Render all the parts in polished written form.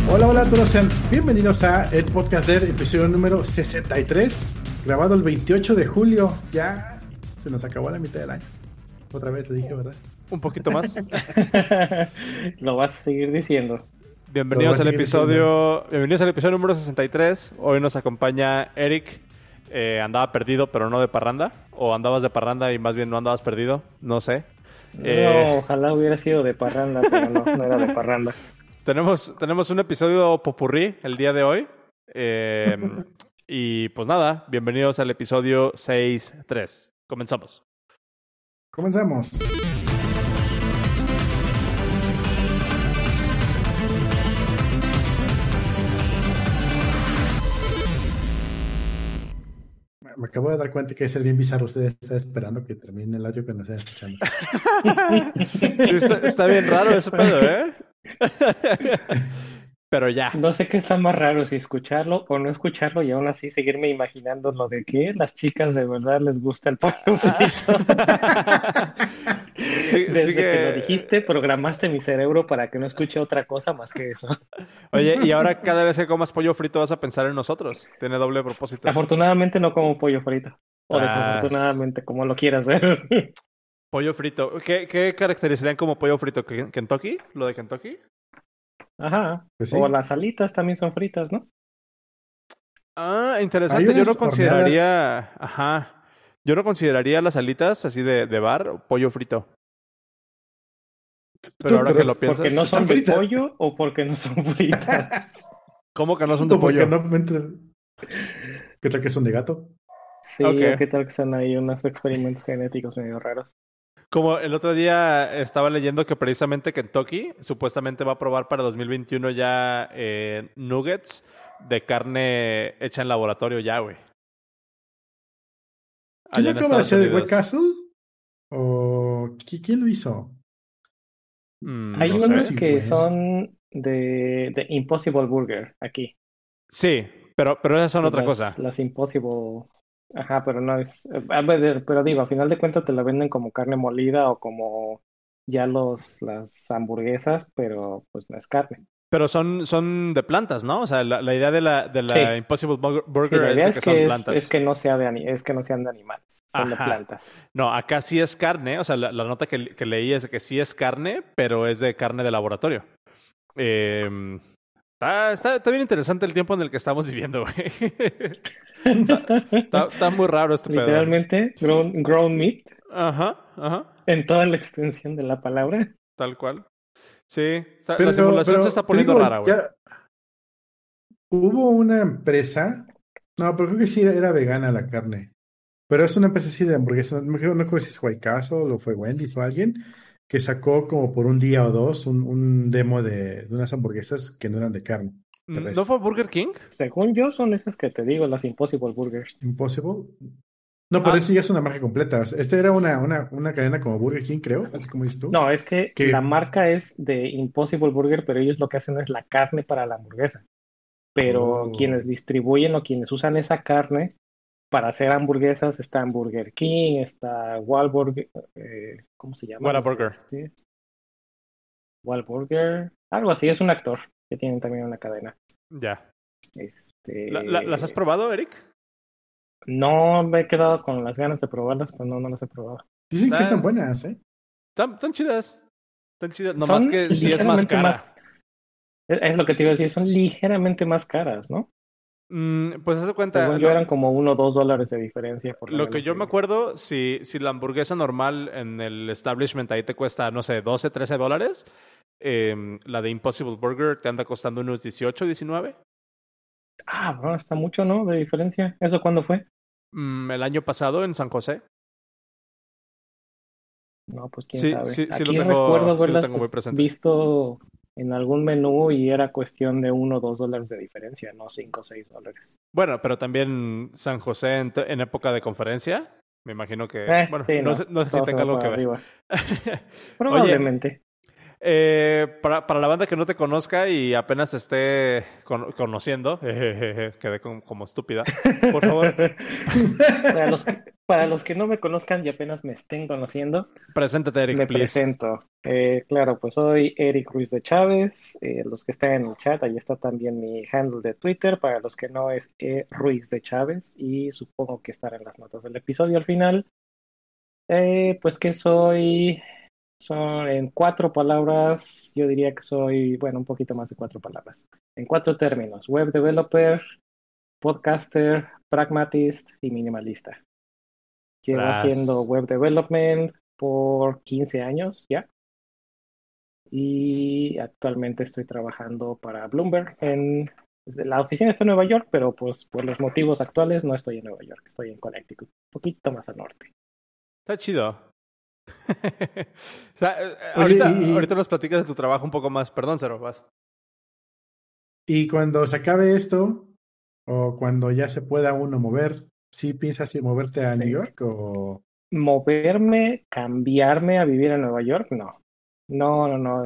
Hola, hola a todos, sean bienvenidos a el podcast del episodio número 63, grabado el 28 de julio. Ya se nos acabó la mitad del año. Otra vez te dije, ¿verdad? Un poquito más. Lo vas a seguir diciendo. Bienvenidos al episodio número 63. Hoy nos acompaña Eric. Andaba perdido, pero no de parranda. O andabas de parranda y más bien no andabas perdido. No sé. No, ojalá hubiera sido de parranda, pero no era de parranda. Tenemos un episodio popurrí el día de hoy. Y pues nada, bienvenidos al episodio 63. Comenzamos. Comenzamos. Me acabo de dar cuenta que es el bien bizarro. Ustedes están esperando que termine el audio que nos estén escuchando. Sí, está bien raro ese pedo, ¿eh? Pero ya. No sé qué está más raro, si escucharlo o no escucharlo y aún así seguirme imaginando lo de que las chicas de verdad les gusta el pollo frito. Desde que lo dijiste, programaste mi cerebro para que no escuche otra cosa más que eso. Oye, y ahora cada vez que comas pollo frito vas a pensar en nosotros. Tiene doble propósito. Afortunadamente no como pollo frito. O desafortunadamente, como lo quieras ver. Pollo frito. ¿Qué caracterizarían como pollo frito? ¿Kentucky? ¿Lo de Kentucky? Ajá. Pues sí. O las alitas también son fritas, ¿no? Ah, interesante. Yo no consideraría... horneadas. Ajá. Yo no consideraría las alitas así de bar pollo frito. Pero ahora que lo piensas... ¿Porque no son de fritas. pollo o porque no son fritas? ¿Cómo que no son de pollo? ¿Qué tal que son de gato? Sí, Okay. ¿qué tal que son ahí unos experimentos genéticos medio raros? Como el otro día estaba leyendo que precisamente Kentucky supuestamente va a probar para 2021 ya nuggets de carne hecha en laboratorio ya, güey. ¿Quién lo acaba de hacer, el White Castle? ¿O quién lo hizo? Hay no unos sé. que son de Impossible Burger aquí. Sí, pero esas son otra cosa. Las Impossible... Ajá, pero no es... A ver, pero digo, a final de cuentas te la venden como carne molida o como ya las hamburguesas, pero pues no es carne. Pero son de plantas, ¿no? O sea, la idea de la Sí. Impossible Burger Sí, la idea es de que son plantas. es que no sean de animales, son de plantas. No, acá sí es carne. O sea, la nota que leí es de que sí es carne, pero es de carne de laboratorio. Está bien interesante el tiempo en el que estamos viviendo, güey. Está muy raro este pedo. Literalmente, grown meat. Ajá. En toda la extensión de la palabra. Tal cual. Sí, la simulación se está poniendo rara, güey. Hubo una empresa, no, pero creo que sí era vegana la carne, pero es una empresa así de hamburguesas, no creo si es White Castle o fue Wendy's o alguien, que sacó como por un día o dos un demo de unas hamburguesas que no eran de carne. ¿No fue Burger King? Según yo, son esas que te digo, las Impossible Burgers. ¿Impossible? No, pero ese ya es una marca completa. Este era una cadena como Burger King, creo, así como dices tú. No, es que la marca es de Impossible Burger, pero ellos lo que hacen es la carne para la hamburguesa. Pero quienes distribuyen o quienes usan esa carne para hacer hamburguesas está en Burger King, está Wahlburger, ¿cómo se llama? Whataburger. Wahlburger, algo así, es un actor que tienen también una cadena. Ya. ¿Las has probado, Eric? No me he quedado con las ganas de probarlas, pero no las he probado. Dicen que están buenas, ¿eh? Están chidas. Están chidas. Nomás que sí es más cara. Es lo que te iba a decir, son ligeramente más caras, ¿no? Pues haz de cuenta. Según yo eran como $1 o $2 de diferencia. Lo que yo me acuerdo, si la hamburguesa normal en el establishment ahí te cuesta, no sé, $12, $13, la de Impossible Burger te anda costando unos 18, 19. Ah, bueno, está mucho, ¿no? De diferencia. ¿Eso cuándo fue? El año pasado en San José. No, pues quién sabe. Sí, Aquí lo tengo, recuerdo haberlas muy presente. visto en algún menú y era cuestión de $1 o $2 de diferencia, no $5 o $6. Bueno, pero también San José en época de conferencia, me imagino que... bueno, sí, no sé si tenga algo que ver. Probablemente. Oye, Para la banda que no te conozca y apenas te esté conociendo, quedé como estúpida, por favor, Para los que no me conozcan y apenas me estén conociendo, preséntate, Eric, me please. presento. Claro, pues soy Eric Ruiz de Chávez. Los que están en el chat, ahí está también mi handle de Twitter. Para los que no, es Ruiz de Chávez. Y supongo que estará en las notas del episodio al final. Pues que son en 4 palabras. Yo diría que soy, bueno, un poquito más de 4 palabras. En 4 términos: web developer, podcaster, pragmatist y minimalista. Llevo haciendo Tras. web development por 15 años ya y actualmente estoy trabajando para Bloomberg. La oficina está en Nueva York, pero pues por los motivos actuales no estoy en Nueva York, estoy en Connecticut, un poquito más al norte. Está chido. O sea, Oye, ahorita nos platicas de tu trabajo un poco más. Perdón, Cero, vas. y cuando se acabe esto, o cuando ya se pueda uno mover, ¿sí piensas en moverte a New Sí. York o...? Moverme, cambiarme a vivir en Nueva York, no. No, no, no.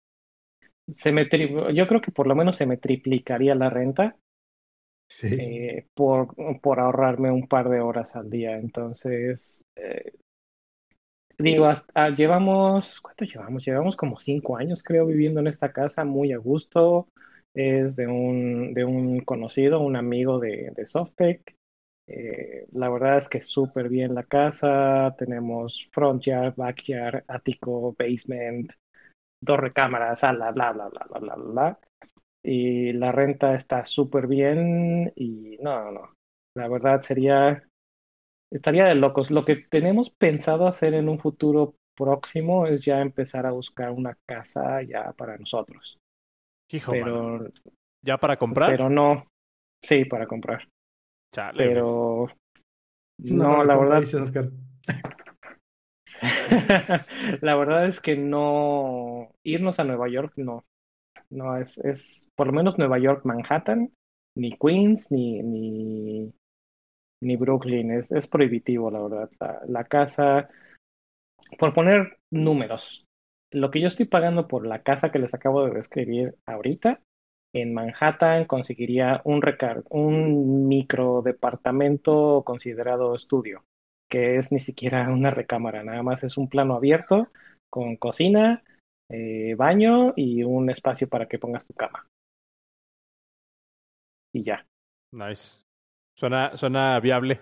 Yo creo que por lo menos se me triplicaría la renta Sí. por ahorrarme un par de horas al día. Entonces, digo, ¿cuánto llevamos? Llevamos como 5 años, creo, viviendo en esta casa muy a gusto. Es de un conocido, un amigo de Softec. La verdad es que súper bien la casa. Tenemos front yard, backyard, ático, basement, 2 recámaras, sala, bla, bla, bla, bla, bla, bla. Y la renta está súper bien y no, no, no. La verdad estaría de locos. Lo que tenemos pensado hacer en un futuro próximo es ya empezar a buscar una casa ya para nosotros. Hijo, mano. Pero, ¿Ya para pero comprar? no, sí, para comprar. Chale, güey. Pero No no, para la comprar, verdad, dices Oscar. la verdad es que no, irnos a Nueva York no, no es por lo menos Nueva York, Manhattan, ni Queens, ni Brooklyn, es prohibitivo, la verdad. La casa, por poner números, lo que yo estoy pagando por la casa que les acabo de describir ahorita, en Manhattan conseguiría un micro departamento considerado estudio, que es ni siquiera una recámara, nada más es un plano abierto con cocina, baño y un espacio para que pongas tu cama. Y ya. Nice. Suena viable.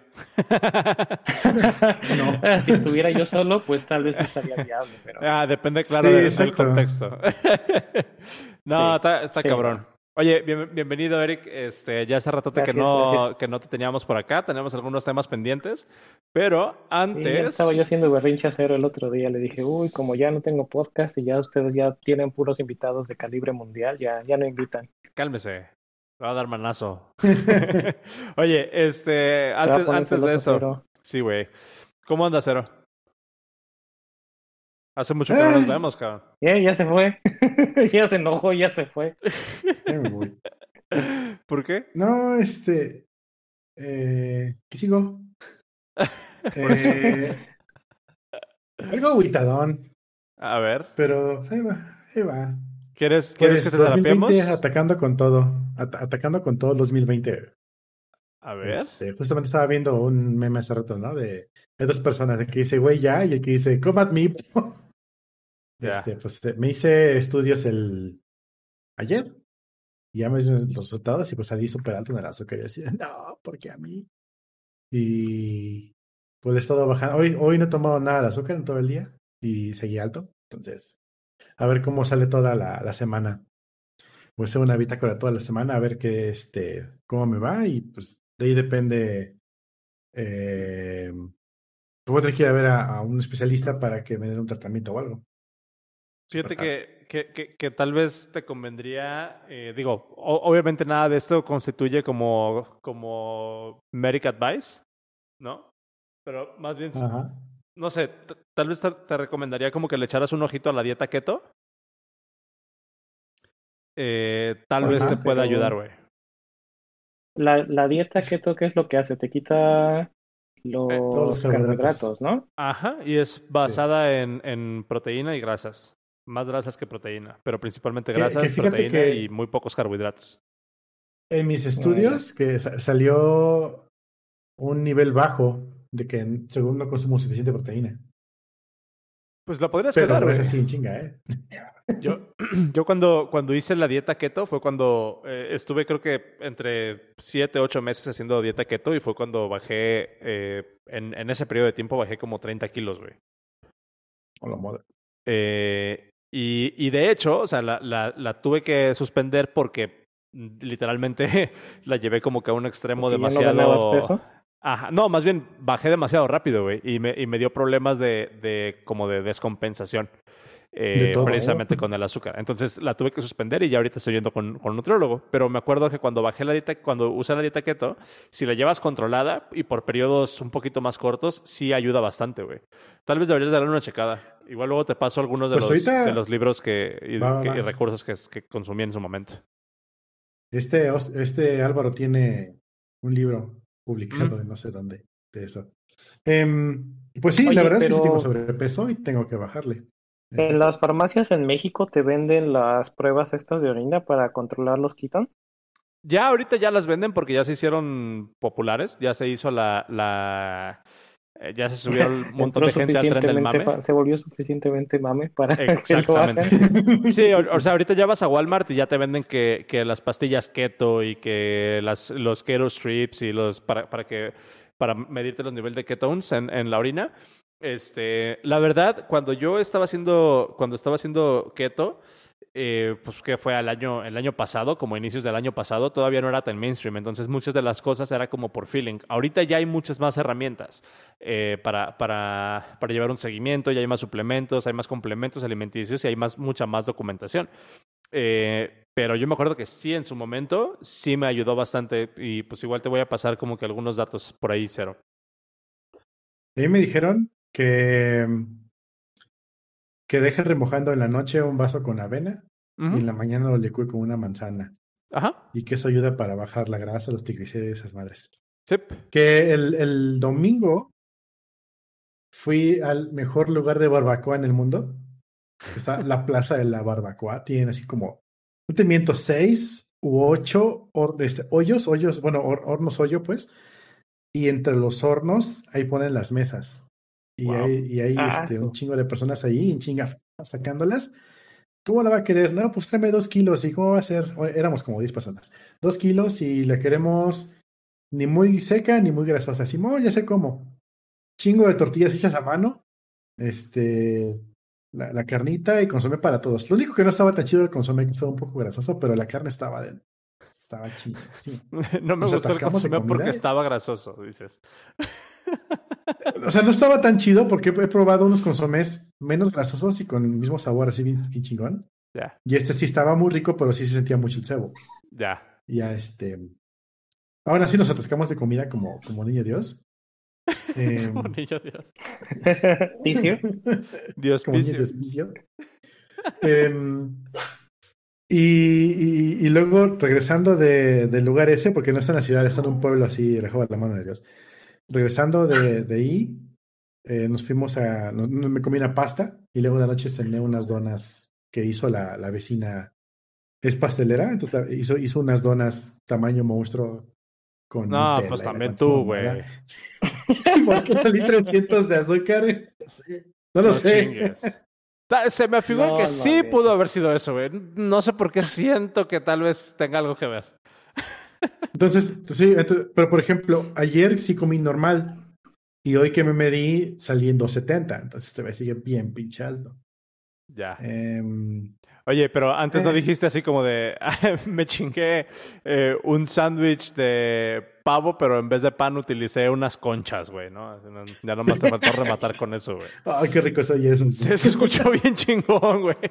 No. Si estuviera yo solo, pues tal vez sí estaría viable, pero Depende, Sí, claro, del exacto. contexto. No, sí, está sí, cabrón. no. Oye, bienvenido, Eric. Ya hace ratote que Gracias, gracias. que no te teníamos por acá. Tenemos algunos temas pendientes. Pero Sí, ya le estaba yo antes, haciendo berrinche a Cero el otro día. Le dije, uy, como ya no tengo podcast y ya ustedes ya tienen puros invitados de calibre mundial, ya no invitan. cálmese. Te va a dar manazo. Oye, Se va a poner antes de celoso eso. Cero. Sí, güey. ¿Cómo andas, Cero? Hace mucho que no nos Ay, vemos, cabrón. Ya se fue. Ya se enojó, ya se fue. ya me voy. ¿Por qué? No, ¿qué sigo? Por eso. Eh, algo aguitadón, A ver. pero pues, ahí va. ¿Quieres que Pues te 2020 terapiemos? atacando con todo, atacando con todo el 2020. A ver. Justamente estaba viendo un meme hace rato, ¿no? De dos personas, el que dice, güey, ya, y el que dice, come at me. Ya. Pues me hice estudios ayer, y ya me dieron los resultados, y pues salí súper alto en el azúcar, y decía, no, porque a mí. Y pues he estado bajando. Hoy no he tomado nada de azúcar en todo el día, y seguí alto. Entonces, a ver cómo sale toda la semana. Voy a hacer una bitácora toda la semana, a ver cómo me va, y pues de ahí depende. Eh, Voy a tener que ir a ver a un especialista para que me den un tratamiento o algo. Súper Fíjate sad. que tal vez te convendría, digo, obviamente nada de esto constituye como medical advice, ¿no? Pero más bien, Ajá. no sé, tal vez te recomendaría como que le echaras un ojito a la dieta keto. Tal vez te Oye, Ajá. pueda ayudar, pero güey. la dieta keto, ¿qué es lo que hace? Te quita Todos los los carbohidratos. carbohidratos, ¿no? Ajá, y es Sí. basada en proteína y grasas. Más grasas que proteína, pero principalmente Que grasas, fíjate proteína y que muy pocos carbohidratos. en mis Ah, ya. estudios que salió un nivel bajo de que según no consumo suficiente proteína. Pues la podrías cuidar, Pero es güey. así en chinga, ¿eh? Yo, yo cuando hice la dieta keto fue cuando estuve creo que entre 7, 8 meses haciendo dieta keto y fue cuando bajé, en ese periodo de tiempo bajé como 30 kilos, güey. O la moda. Y de hecho, o sea, la tuve que suspender porque literalmente la llevé como que a un extremo Porque ya no ganabas demasiado... peso. Ajá, no, más bien bajé demasiado rápido, güey, y me dio problemas de como de descompensación, De todo. Oh, precisamente con el azúcar. Entonces la tuve que suspender y ya ahorita estoy yendo con un nutriólogo. Pero me acuerdo que cuando bajé la dieta, cuando usé la dieta keto, si la llevas controlada y por periodos un poquito más cortos, sí ayuda bastante, güey. Tal vez deberías darle una checada. Igual luego te paso algunos de Pues los ahorita libros va, va, y va. recursos que consumí en su momento. Este Álvaro tiene un libro Ujú. publicado en no sé dónde de eso. Pues sí, la oye, verdad es que sí tengo pero sobrepeso y tengo que bajarle. Eso en sí. las farmacias en México te venden las pruebas estas de orina para controlar los ketones. Ya ahorita ya las venden porque ya se hicieron populares, ya se hizo ya se subieron un montón Entró de gente al tren del suficientemente, mame. se volvió suficientemente mame para que lo hagan. Exactamente. Sí, o sea, ahorita ya vas a Walmart y ya te venden que las pastillas keto y que los keto strips y para medirte los niveles de ketones en la orina. La verdad, cuando estaba haciendo keto, pues que fue el año pasado, como inicios del año pasado, todavía no era tan mainstream, entonces muchas de las cosas era como por feeling. Ahorita ya hay muchas más herramientas para llevar un seguimiento, ya hay más suplementos, hay más complementos alimenticios y hay mucha más documentación. Pero yo me acuerdo que sí, en su momento, sí me ayudó bastante y pues igual te voy a pasar como que algunos datos por ahí, Cero. A mí me dijeron que deje remojando en la noche un vaso con avena y Ujú. en la mañana lo licúe con una manzana. Ajá. Y que eso ayuda para bajar la grasa, los triglicéridos y esas madres. Sí. Que el domingo fui al mejor lugar de barbacoa en el mundo. Está la Plaza de la Barbacoa. Tienen así como, no te miento, 6 u 8 hoyos, bueno, hornos hoyo, pues. Y entre los hornos, ahí ponen las mesas. Wow. Y hay Ah, un chingo de personas ahí, en chinga, sacándolas. ¿Cómo la va a querer? No, pues tráeme 2 kilos. ¿Y cómo va a ser? Éramos como 10 personas. 2 kilos y la queremos ni muy seca ni muy grasosa. Simón, ya sé cómo. Chingo de tortillas hechas a mano. Este, la carnita y consomé para todos. Lo único que no estaba tan chido era el consomé, que estaba un poco grasoso, pero la carne estaba chingona. Sí. No me Nos gustó el atascamos de consomé porque comida. estaba grasoso, dices. O sea, no estaba tan chido porque he probado unos consomés menos grasosos y con el mismo sabor, así bien, bien chingón. Ya, Y este sí estaba muy rico, pero sí se sentía mucho el cebo. ya. Y ya aún así nos atascamos de comida como niño Dios. Como Em, niño Dios. ¿vicio? Dios como niño piso. Dios vicio. Em, y luego regresando del lugar ese, porque no está en la ciudad, está en un pueblo así, lejos de la mano de Dios. Regresando de ahí, nos fuimos me comí una pasta y luego de la noche cené unas donas que hizo la vecina. Es pastelera, entonces hizo unas donas tamaño monstruo con No, pues Nutella y la también cuanta su tú, mamada. güey. ¿Y por qué salí 300 de azúcar? No sé. No lo No sé. chingues. Se me figura que No sí mames. pudo haber sido eso, güey. No sé por qué siento que tal vez tenga algo que ver. Entonces, sí, pero por ejemplo, ayer sí comí normal y hoy que me medí salí en 270, entonces se me sigue bien pinche alto. Ya. Em, Oye, pero antes no eh, dijiste así como de, me chingué un sándwich de pavo, pero en vez de pan utilicé unas conchas, güey, ¿no? Ya nomás te faltó rematar con eso, güey. Ay, qué rico soy eso. Se escuchó bien chingón, güey.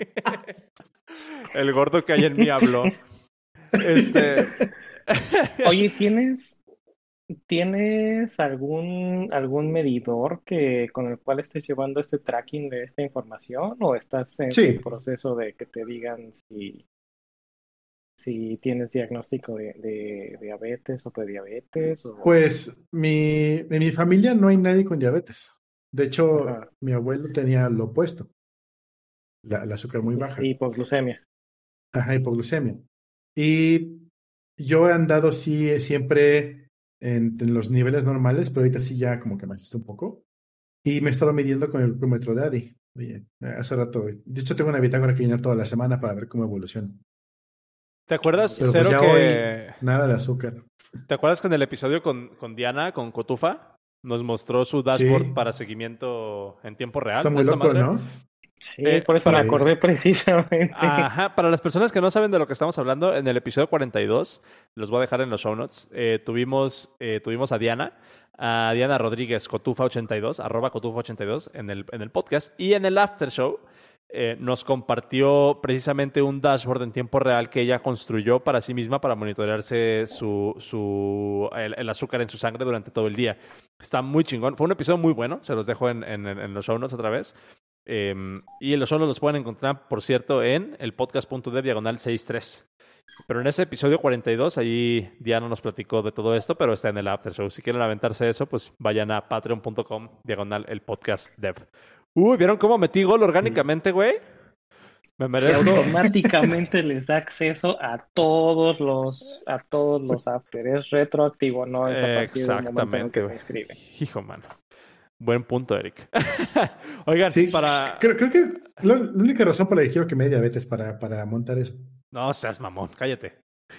El gordo que hay en mí habló. Este... Oye, ¿tienes algún medidor con el cual estés llevando este tracking de esta información o estás en Sí, proceso de que te digan si tienes diagnóstico de diabetes o prediabetes o... pues en mi familia no hay nadie con diabetes. De hecho, Ajá. mi abuelo tenía lo opuesto. el azúcar muy baja. Hipoglucemia. Ajá, hipoglucemia. Y yo he andado sí siempre en los niveles normales, pero ahorita sí ya como que me asusté un poco. Y me he estado midiendo con el glucómetro de Adi. Oye, hace rato. De hecho, tengo una bitácora que llenar toda la semana para ver cómo evoluciona. ¿Te acuerdas, Pero pues Cero, ya hoy, que... nada de azúcar. ¿Te acuerdas que en el episodio con Diana, con Cotufa, nos mostró su dashboard Sí, para seguimiento en tiempo real está de muy esta loco, madre? ¿no? Sí, por eso me Para, acordé Sí. precisamente. ajá, para las personas que no saben de lo que estamos hablando, en el episodio 42, los voy a dejar en los show notes, tuvimos a Diana Rodríguez, Cotufa82, arroba Cotufa82 en el podcast, y en el after show nos compartió precisamente un dashboard en tiempo real que ella construyó para sí misma para monitorearse el azúcar en su sangre durante todo el día. Está muy chingón. Fue un episodio muy bueno, se los dejo en los show notes otra vez. Y los solos los pueden encontrar, por cierto, en el podcast.dev/63. Pero en ese episodio 42, ahí Diana nos platicó de todo esto, pero está en el after show. Si quieren aventarse eso, pues vayan a patreon.com/el podcast dev. Uy, ¿vieron cómo metí gol orgánicamente, güey? Me Que merezco. automáticamente les da acceso a todos los after. Es retroactivo, no es a partir del momento en el Exactamente, que se güey. inscriben. Hijo, mano. Buen punto, Eric. Oigan, Sí, para... creo que la única razón por la que quiero que me dé diabetes para montar eso. No seas mamón, cállate.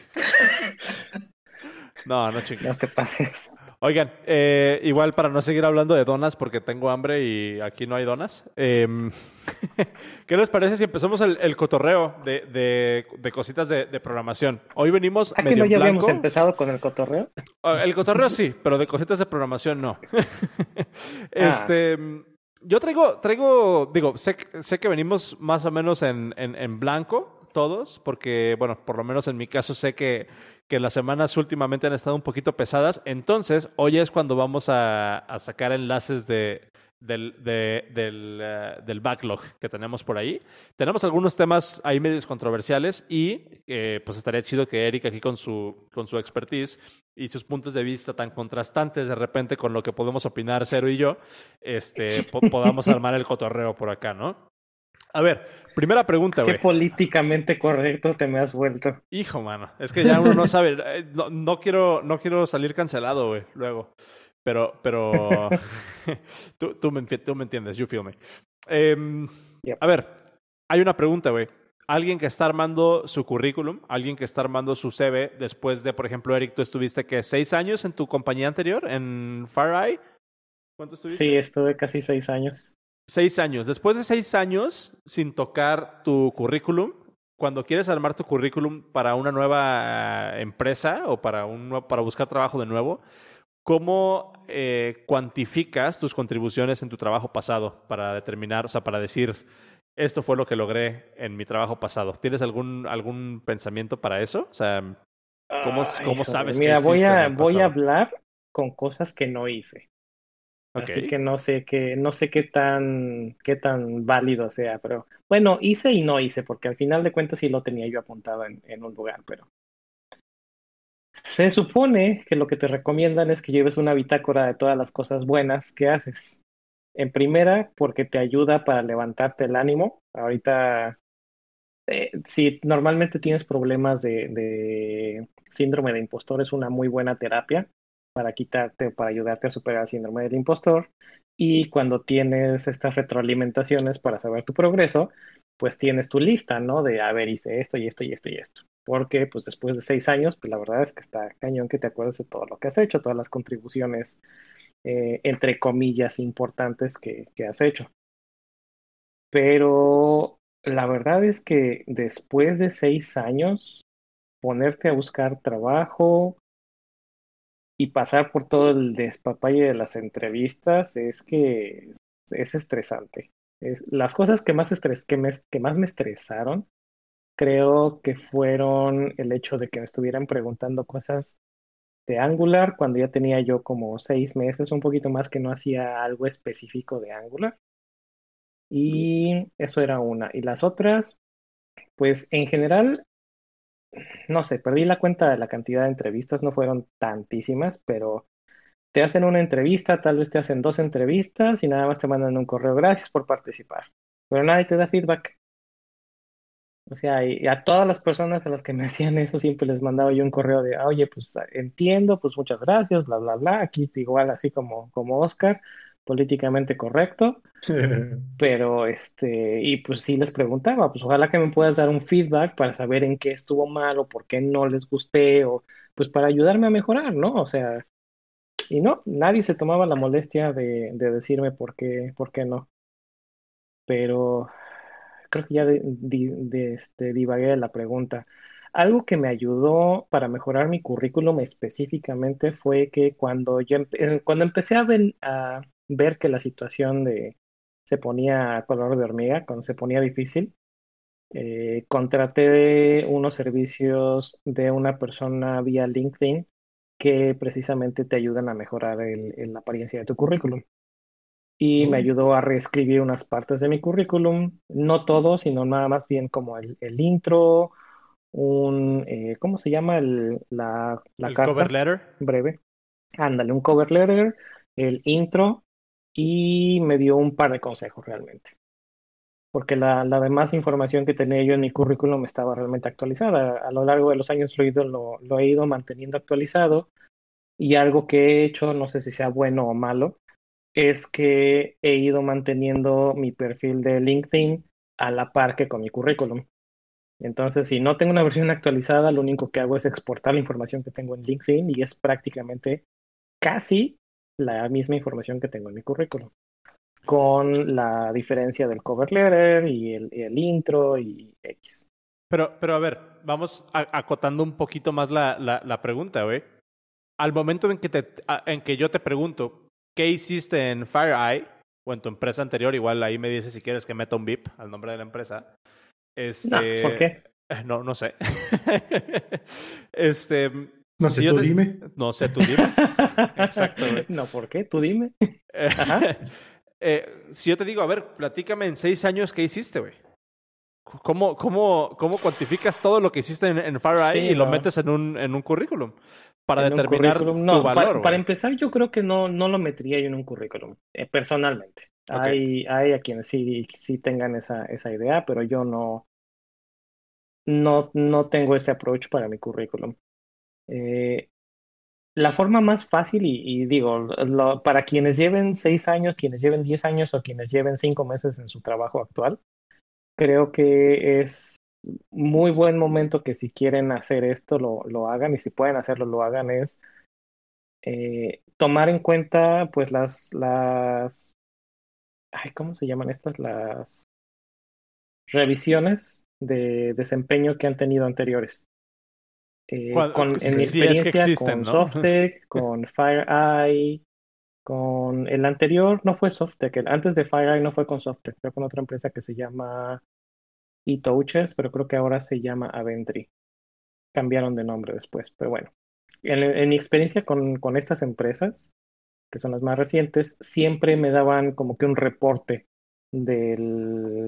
No, no No chingues. te pases. Oigan, igual para no seguir hablando de donas porque tengo hambre y aquí no hay donas, ¿qué les parece si empezamos el cotorreo de cositas de programación? Hoy venimos ¿A que medio no en ya habíamos blanco. empezado con el cotorreo? El cotorreo sí, pero de cositas de programación no. Ah, Este, yo traigo, digo, sé que venimos más o menos en blanco todos, porque, bueno, por lo menos en mi caso sé que las semanas últimamente han estado un poquito pesadas. Entonces, hoy es cuando vamos a sacar enlaces del backlog que tenemos por ahí. Tenemos algunos temas ahí medios controversiales y pues estaría chido que Eric aquí con su expertise y sus puntos de vista tan contrastantes de repente con lo que podemos opinar Cero y yo, podamos armar el cotorreo por acá, ¿no? A ver, primera pregunta, qué güey. políticamente correcto te me has vuelto. Hijo, mano, es que ya uno no sabe, no quiero salir cancelado, güey, luego. Pero tú me entiendes, you feel me. Yep. A ver, hay una pregunta, güey. Alguien que está armando su currículum, alguien que está armando su CV, después de, por ejemplo, Eric, tú estuviste, ¿qué? ¿6 años en tu compañía anterior, en FireEye? ¿Cuánto estuviste? Sí, estuve casi 6 años. 6 años. Después de 6 años sin tocar tu currículum, cuando quieres armar tu currículum para una nueva empresa o para buscar trabajo de nuevo, ¿cómo cuantificas tus contribuciones en tu trabajo pasado para determinar, o sea, para decir, esto fue lo que logré en mi trabajo pasado? ¿Tienes algún pensamiento para eso? O sea, ¿cómo Híjole, sabes que mira, hiciste en el voy a pasado? hablar con cosas que no hice. Ok. Así que no sé qué tan válido sea, pero bueno, hice y no hice, porque al final de cuentas sí lo tenía yo apuntado en un lugar, pero se supone que lo que te recomiendan es que lleves una bitácora de todas las cosas buenas que haces. En primera, porque te ayuda para levantarte el ánimo. Ahorita, si normalmente tienes problemas de síndrome de impostor, es una muy buena terapia para quitarte, para ayudarte a superar el síndrome del impostor. Y cuando tienes estas retroalimentaciones para saber tu progreso, pues tienes tu lista, ¿no? De, a ver, hice esto y esto y esto y esto. Porque pues después de 6 años, pues la verdad es que está cañón que te acuerdes de todo lo que has hecho, todas las contribuciones, entre comillas, importantes que has hecho. Pero la verdad es que después de 6 años, ponerte a buscar trabajo y pasar por todo el despapalle de las entrevistas es que es estresante. Las cosas que más me estresaron, creo que fueron el hecho de que me estuvieran preguntando cosas de Angular cuando ya tenía yo como 6 meses, un poquito más que no hacía algo específico de Angular. Y eso era una. Y las otras, pues en general, no sé, perdí la cuenta de la cantidad de entrevistas, no fueron tantísimas, pero te hacen una entrevista, tal vez te hacen dos entrevistas y nada más te mandan un correo, gracias por participar. Pero nadie te da feedback. O sea, y a todas las personas a las que me hacían eso siempre les mandaba yo un correo de, "Ah, oye, pues entiendo, pues muchas gracias, bla, bla, bla, aquí igual así como Oscar, políticamente correcto, pero y pues sí les preguntaba, pues ojalá que me puedas dar un feedback para saber en qué estuvo mal o por qué no les gusté o pues para ayudarme a mejorar, ¿no? O sea, y no, nadie se tomaba la molestia de decirme por qué no, pero creo que ya divagué de la pregunta. Algo que me ayudó para mejorar mi currículum específicamente fue que cuando empecé a ver que la situación se ponía a color de hormiga, cuando se ponía difícil, contraté unos servicios de una persona vía LinkedIn que precisamente te ayudan a mejorar la apariencia de tu currículum y me Oh, ayudó a reescribir unas partes de mi currículum, no todo, sino nada más bien como el intro, ¿cómo se llama la El cover carta? letter. Breve. Ándale, un cover letter, el intro y me dio un par de consejos realmente. Porque la demás información que tenía yo en mi currículum estaba realmente actualizada. A lo largo de los años lo he ido manteniendo actualizado y algo que he hecho, no sé si sea bueno o malo, es que he ido manteniendo mi perfil de LinkedIn a la par que con mi currículum. Entonces, si no tengo una versión actualizada, lo único que hago es exportar la información que tengo en LinkedIn y es prácticamente casi la misma información que tengo en mi currículum, con la diferencia del cover letter y el intro y X. Pero a ver, vamos acotando un poquito más la pregunta, güey. Al momento en que yo te pregunto, ¿qué hiciste en FireEye o en tu empresa anterior? Igual ahí me dices si quieres que meta un VIP al nombre de la empresa. No, ¿por qué? No sé. Este, no sé, si yo tú te, dime. no sé, tú dime. Exacto, güey. No, ¿por qué? Tú dime. Eh, Ajá. si yo te digo, a ver, platícame en 6 años qué hiciste, güey. ¿Cómo cuantificas todo lo que hiciste en FireEye Sí, y lo no. metes en un currículum para En un currículum, determinar tu no, valor, para güey? empezar, yo creo que no lo metería yo en un currículum, personalmente. Ok. Hay a quienes sí tengan esa idea, pero yo no tengo ese approach para mi currículum. Eh, la forma más fácil, y digo, para quienes lleven 6 años, quienes lleven 10 años o quienes lleven 5 meses en su trabajo actual, creo que es muy buen momento que si quieren hacer esto, lo hagan, y si pueden hacerlo, lo hagan, es tomar en cuenta pues ay, ¿cómo se llaman estas? Las revisiones de desempeño que han tenido anteriores. En mi Si es que experiencia existen, con ¿no? Softtech, con FireEye, con el anterior no fue Softtech, antes de FireEye no fue con Softtech, fue con otra empresa que se llama eTouches, pero creo que ahora se llama Aventry. Cambiaron de nombre después, pero bueno. En mi experiencia con estas empresas, que son las más recientes, siempre me daban como que un reporte del,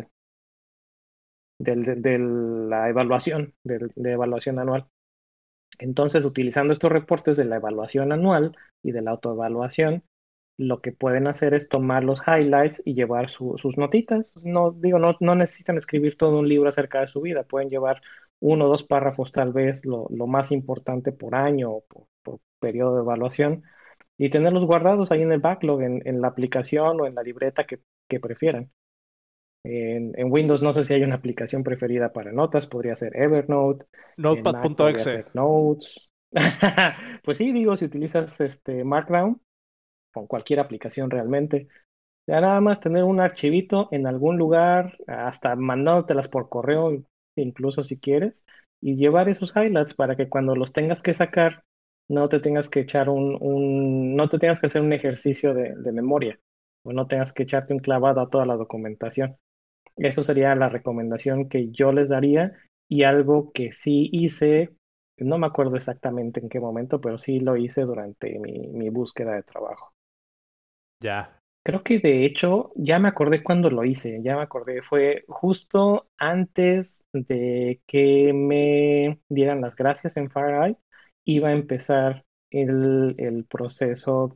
de la evaluación, de evaluación anual. Entonces, utilizando estos reportes de la evaluación anual y de la autoevaluación, lo que pueden hacer es tomar los highlights y llevar sus notitas. No digo, no necesitan escribir todo un libro acerca de su vida, pueden llevar 1 o 2 párrafos tal vez, lo más importante por año o por periodo de evaluación, y tenerlos guardados ahí en el backlog, en la aplicación o en la libreta que prefieran. En Windows no sé si hay una aplicación preferida para notas, podría ser Evernote, en Mac podría Notepad.exe. ser Notes. Pues sí, digo, si utilizas Markdown con cualquier aplicación realmente, ya nada más tener un archivito en algún lugar, hasta mandándotelas por correo, incluso si quieres, y llevar esos highlights para que cuando los tengas que sacar, no te tengas que echar no te tengas que hacer un ejercicio de memoria, o no tengas que echarte un clavado a toda la documentación. Eso sería la recomendación que yo les daría, y algo que sí hice, no me acuerdo exactamente en qué momento, pero sí lo hice durante mi búsqueda de trabajo. Ya. Creo que de hecho ya me acordé cuando lo hice, ya me acordé, fue justo antes de que me dieran las gracias en FireEye, iba a empezar el proceso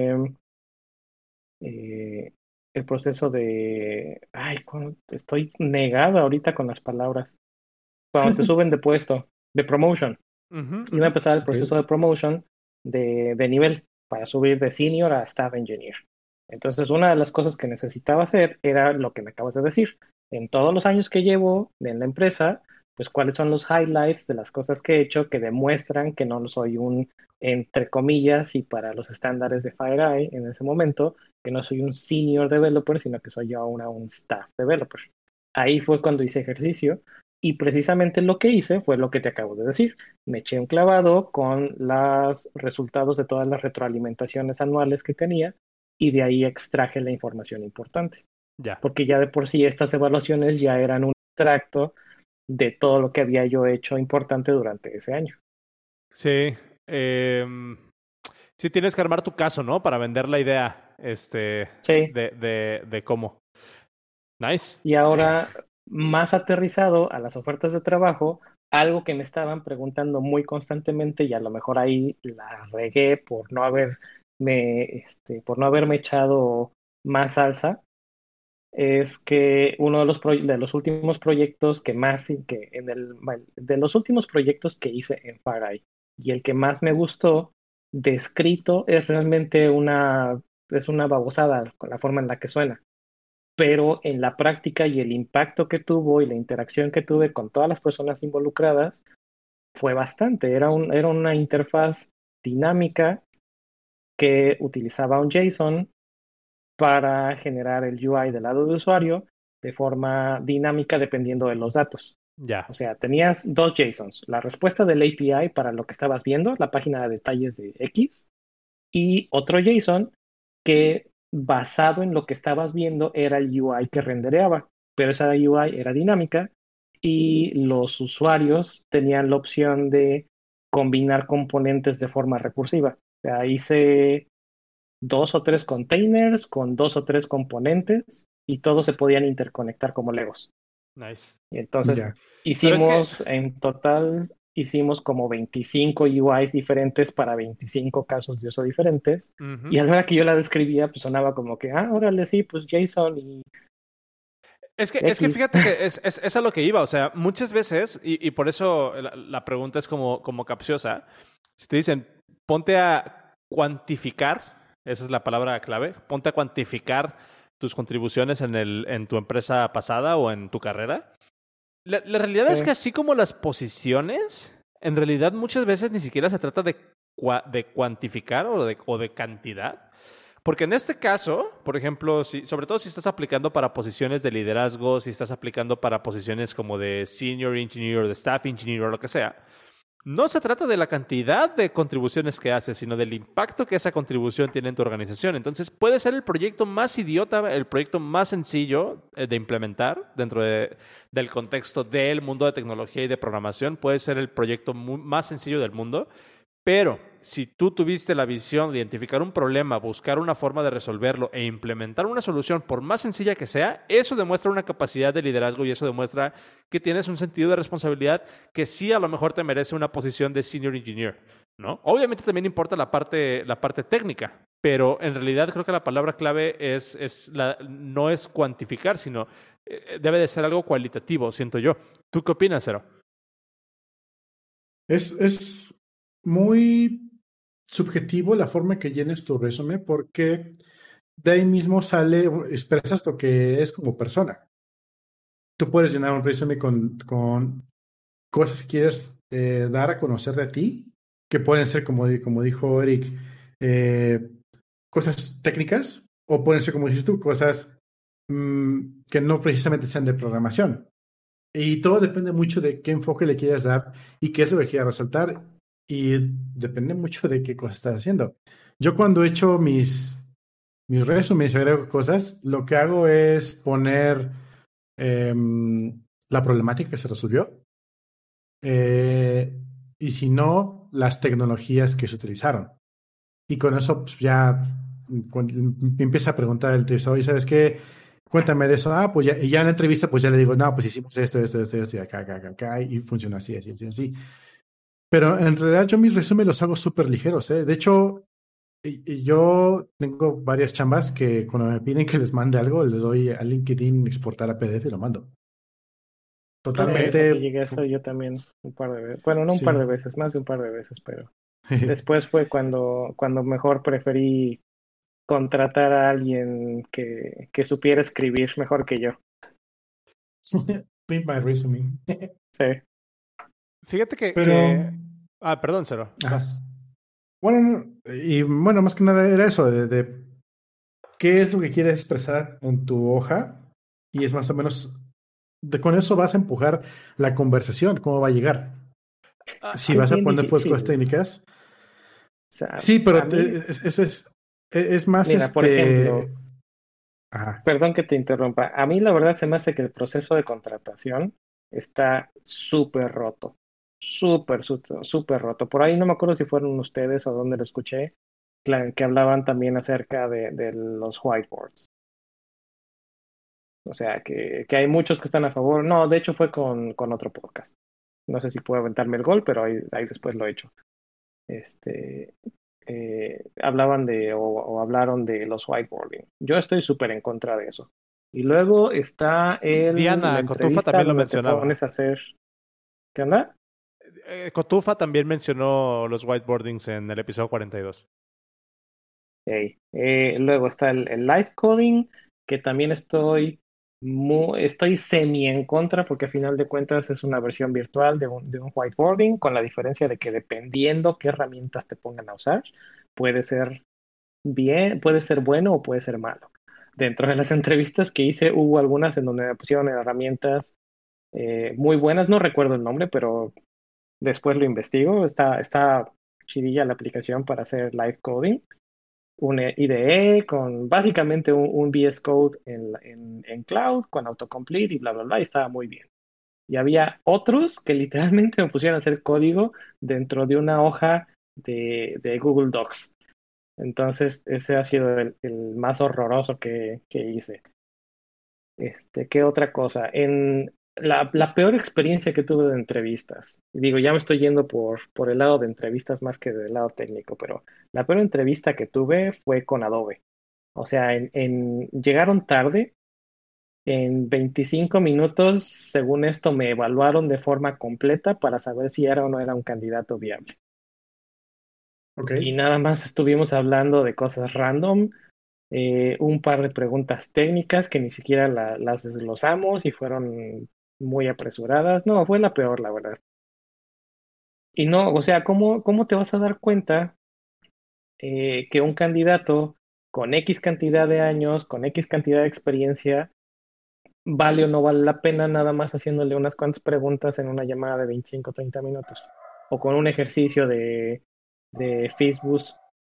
eh, ay, estoy negado ahorita con las palabras. cuando te suben de puesto, de promotion. Ujú, Iba a ujú. empezar el Ok. proceso de promotion de nivel para subir de senior a staff engineer. Entonces, una de las cosas que necesitaba hacer era lo que me acabas de decir. En todos los años que llevo en la empresa, pues cuáles son los highlights de las cosas que he hecho que demuestran que no soy un, entre comillas, y para los estándares de FireEye en ese momento, que no soy un senior developer, sino que soy yo ahora un staff developer. Ahí fue cuando hice ejercicio y precisamente lo que hice fue lo que te acabo de decir. Me eché un clavado con los resultados de todas las retroalimentaciones anuales que tenía y de ahí extraje la información importante, Ya. porque ya de por sí estas evaluaciones ya eran un extracto de todo lo que había yo hecho importante durante ese año. Sí. em, sí tienes que armar tu caso, ¿no? Para vender la idea, Sí, de cómo. Nice. y ahora más aterrizado a las ofertas de trabajo, algo que me estaban preguntando muy constantemente y a lo mejor ahí la regué por no haberme echado más salsa, es que uno de los últimos proyectos que más, que en de los últimos proyectos que hice en Farai y el que más me gustó, descrito, es realmente es una babosada con la forma en la que suena, pero en la práctica y el impacto que tuvo y la interacción que tuve con todas las personas involucradas fue bastante. Era una interfaz dinámica que utilizaba un JSON para generar el UI del lado de usuario de forma dinámica dependiendo de los datos. Ya. O sea, tenías dos JSONs, la respuesta del API para lo que estabas viendo, la página de detalles de X, y otro JSON que basado en lo que estabas viendo era el UI que rendereaba, pero esa UI era dinámica y los usuarios tenían la opción de combinar componentes de forma recursiva. O sea, hice dos o tres containers con dos o tres componentes y todos se podían interconectar como Legos. Nice. Y entonces Ya. Pero es que, en total, hicimos como 25 UIs diferentes para 25 casos de uso diferentes. ujú. Y a la hora que yo la describía, pues sonaba como que, órale, sí, pues JSON y Es que X. fíjate que es a lo que iba. O sea, muchas veces, y por eso la pregunta es como capciosa, si te dicen, ponte a cuantificar, esa es la palabra clave, ponte a cuantificar tus contribuciones en tu empresa pasada o en tu carrera. La realidad es que Sí, así como las posiciones, en realidad muchas veces ni siquiera se trata de cuantificar o de cantidad. Porque en este caso, por ejemplo, sobre todo si estás aplicando para posiciones de liderazgo, si estás aplicando para posiciones como de senior engineer o de staff engineer o lo que sea, no se trata de la cantidad de contribuciones que haces, sino del impacto que esa contribución tiene en tu organización. Entonces, puede ser el proyecto más idiota, el proyecto más sencillo de implementar dentro del contexto del mundo de tecnología y de programación. Puede ser el proyecto más sencillo del mundo, pero si tú tuviste la visión de identificar un problema, buscar una forma de resolverlo e implementar una solución, por más sencilla que sea, eso demuestra una capacidad de liderazgo y eso demuestra que tienes un sentido de responsabilidad que sí a lo mejor te merece una posición de senior engineer, ¿no? Obviamente también importa la parte técnica, pero en realidad creo que la palabra clave no es cuantificar, sino debe de ser algo cualitativo, siento yo. ¿Tú qué opinas, Cero? Es muy subjetivo la forma en que llenes tu resumen porque de ahí mismo sale, expresas lo que es como persona. Tú puedes llenar un resumen con cosas que quieres dar a conocer de ti, que pueden ser, como dijo Eric, eh, cosas técnicas, o pueden ser, como dices tú, cosas que no precisamente sean de programación. Y todo depende mucho de qué enfoque le quieras dar y qué es lo que quieras resaltar. Y depende mucho de qué cosas estás haciendo. Yo cuando he hecho mis resúmenes y agrego cosas, lo que hago es poner la problemática que se resolvió, eh, y si no, las tecnologías que se utilizaron. Y con eso pues, ya me empieza a preguntar el entrevistador, ¿y sabes qué? Cuéntame de eso. Pues ya, y ya en la entrevista, pues ya le digo, no, pues hicimos esto, y acá, y funcionó así, así, así, así. Pero en realidad yo mis resúmenes los hago súper ligeros, ¿eh? De hecho, y yo tengo varias chambas que cuando me piden que les mande algo, les doy a LinkedIn exportar a PDF y lo mando. Totalmente. Porque llegué a eso yo también un par de veces. Bueno, no un par de Sí. veces, más de un par de veces, pero después fue cuando mejor preferí contratar a alguien que supiera escribir mejor que yo. Print my resume. Sí. Fíjate Pero, Ah, perdón, Cero. ajá. Vas. Bueno, y bueno, más que nada era eso, de qué es lo que quieres expresar en tu hoja y es más o menos, con eso vas a empujar la conversación, cómo va a llegar. Ah, Si Que es vas a bien poner pues difícil. cosas técnicas, O sea, sí, pero a mí, es más mira, por ejemplo, ajá, perdón que te interrumpa. A mí la verdad se me hace que el proceso de contratación está súper roto. Súper, súper, súper roto. Por ahí no me acuerdo si fueron ustedes o dónde lo escuché, que hablaban también acerca de los whiteboards. O sea, que hay muchos que están a favor. No, de hecho fue con otro podcast. No sé si puedo aventarme el gol, pero ahí después lo he hecho. Este, hablaban o hablaron de los whiteboarding. Yo estoy súper en contra de eso. Y luego está la Diana Cotufa entrevista también lo donde te mencionaba. pones a hacer. ¿Qué onda? Cotufa también mencionó los whiteboardings en el episodio 42. Ey. Luego está el live coding, que también estoy semi en contra, porque a final de cuentas es una versión virtual de un whiteboarding, con la diferencia de que dependiendo qué herramientas te pongan a usar, puede ser bien, puede ser bueno o puede ser malo. Dentro de las entrevistas que hice, hubo algunas en donde me pusieron herramientas muy buenas, no recuerdo el nombre, pero después lo investigo. Está chidilla la aplicación para hacer live coding. Un IDE con básicamente un VS Code en cloud con autocomplete y bla, bla, bla, y estaba muy bien. Y había otros que literalmente me pusieron a hacer código dentro de una hoja de Google Docs. Entonces, ese ha sido el más horroroso que hice. ¿Qué otra cosa? En la peor experiencia que tuve de entrevistas, y digo, ya me estoy yendo por el lado de entrevistas más que del lado técnico, pero la peor entrevista que tuve fue con Adobe. O sea, llegaron tarde, en 25 minutos, según esto, me evaluaron de forma completa para saber si era o no era un candidato viable. ok. Y nada más estuvimos hablando de cosas random, un par de preguntas técnicas que ni siquiera las desglosamos y fueron muy apresuradas. No, fue la peor, la verdad. Y no, o sea, ¿cómo te vas a dar cuenta que un candidato con X cantidad de años, con X cantidad de experiencia, vale o no vale la pena nada más haciéndole unas cuantas preguntas en una llamada de 25 o 30 minutos? O con un ejercicio de Facebook.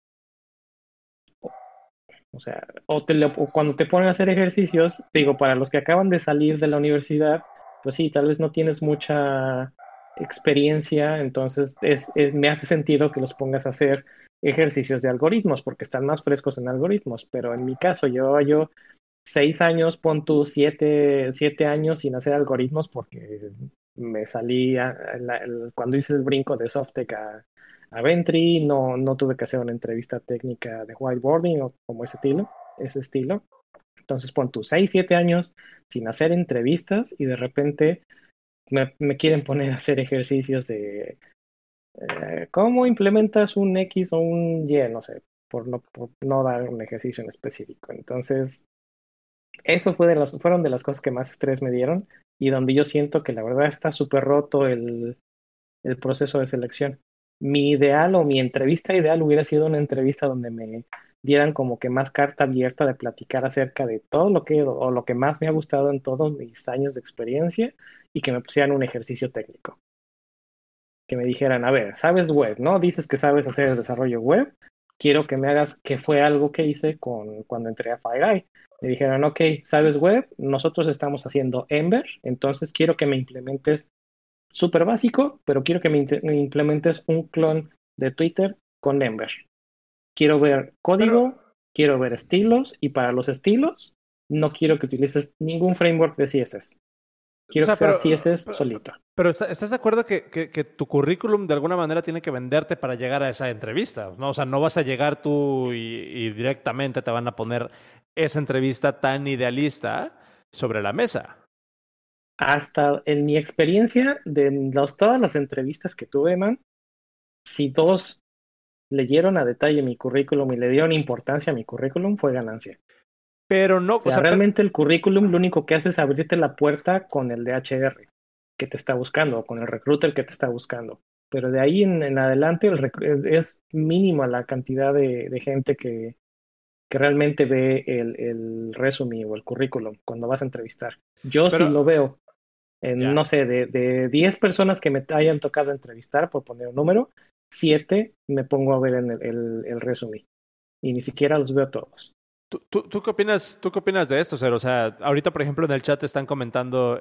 O sea, o cuando te ponen a hacer ejercicios, digo, para los que acaban de salir de la universidad, pues sí, tal vez no tienes mucha experiencia, entonces me hace sentido que los pongas a hacer ejercicios de algoritmos, porque están más frescos en algoritmos, pero en mi caso, yo 6 años, pon tú 7 años sin hacer algoritmos porque me salí cuando hice el brinco de Softtech a Ventry, no tuve que hacer una entrevista técnica de whiteboarding o como ese estilo. Entonces pon tú 6, 7 años sin hacer entrevistas y de repente me quieren poner a hacer ejercicios de cómo implementas un X o un Y, no sé, por no dar un ejercicio en específico. Entonces, eso fueron de las cosas que más estrés me dieron y donde yo siento que la verdad está súper roto el proceso de selección. Mi ideal o mi entrevista ideal hubiera sido una entrevista donde me dieran como que más carta abierta de platicar acerca de todo lo que más me ha gustado en todos mis años de experiencia y que me pusieran un ejercicio técnico. Que me dijeran, a ver, ¿sabes web, no? Dices que sabes hacer el desarrollo web. Quiero que me hagas que fue algo que hice cuando entré a FireEye. Me dijeron, ok, ¿sabes web? Nosotros estamos haciendo Ember, entonces quiero que me implementes súper básico, pero quiero que me implementes un clon de Twitter con Ember. Quiero ver Pero, código, quiero ver estilos, y para los estilos no quiero que utilices ningún framework de CSS. o Quiero que sea, sea CSS pero, solito. pero ¿estás de acuerdo que tu currículum de alguna manera tiene que venderte para llegar a esa entrevista? ¿No? O sea, no vas a llegar tú y directamente te van a poner esa entrevista tan idealista sobre la mesa. Hasta en mi experiencia de todas las entrevistas que tuve, man, si todos leyeron a detalle mi currículum y le dieron importancia a mi currículum, fue ganancia. Pero no, O o sea, sea, realmente el currículum lo único que hace es abrirte la puerta con el DHR que te está buscando, o con el recruiter que te está buscando. Pero de ahí en adelante es mínima la cantidad de gente que realmente ve el resumen o el currículum cuando vas a entrevistar. Yo sí pero, lo veo. En, ya. no sé, de 10 personas que me hayan tocado entrevistar, por poner un número, 7 me pongo a ver en el resumen. Y ni siquiera los veo todos. ¿Tú qué opinas de esto, Ser? O sea, ahorita, por ejemplo, en el chat están comentando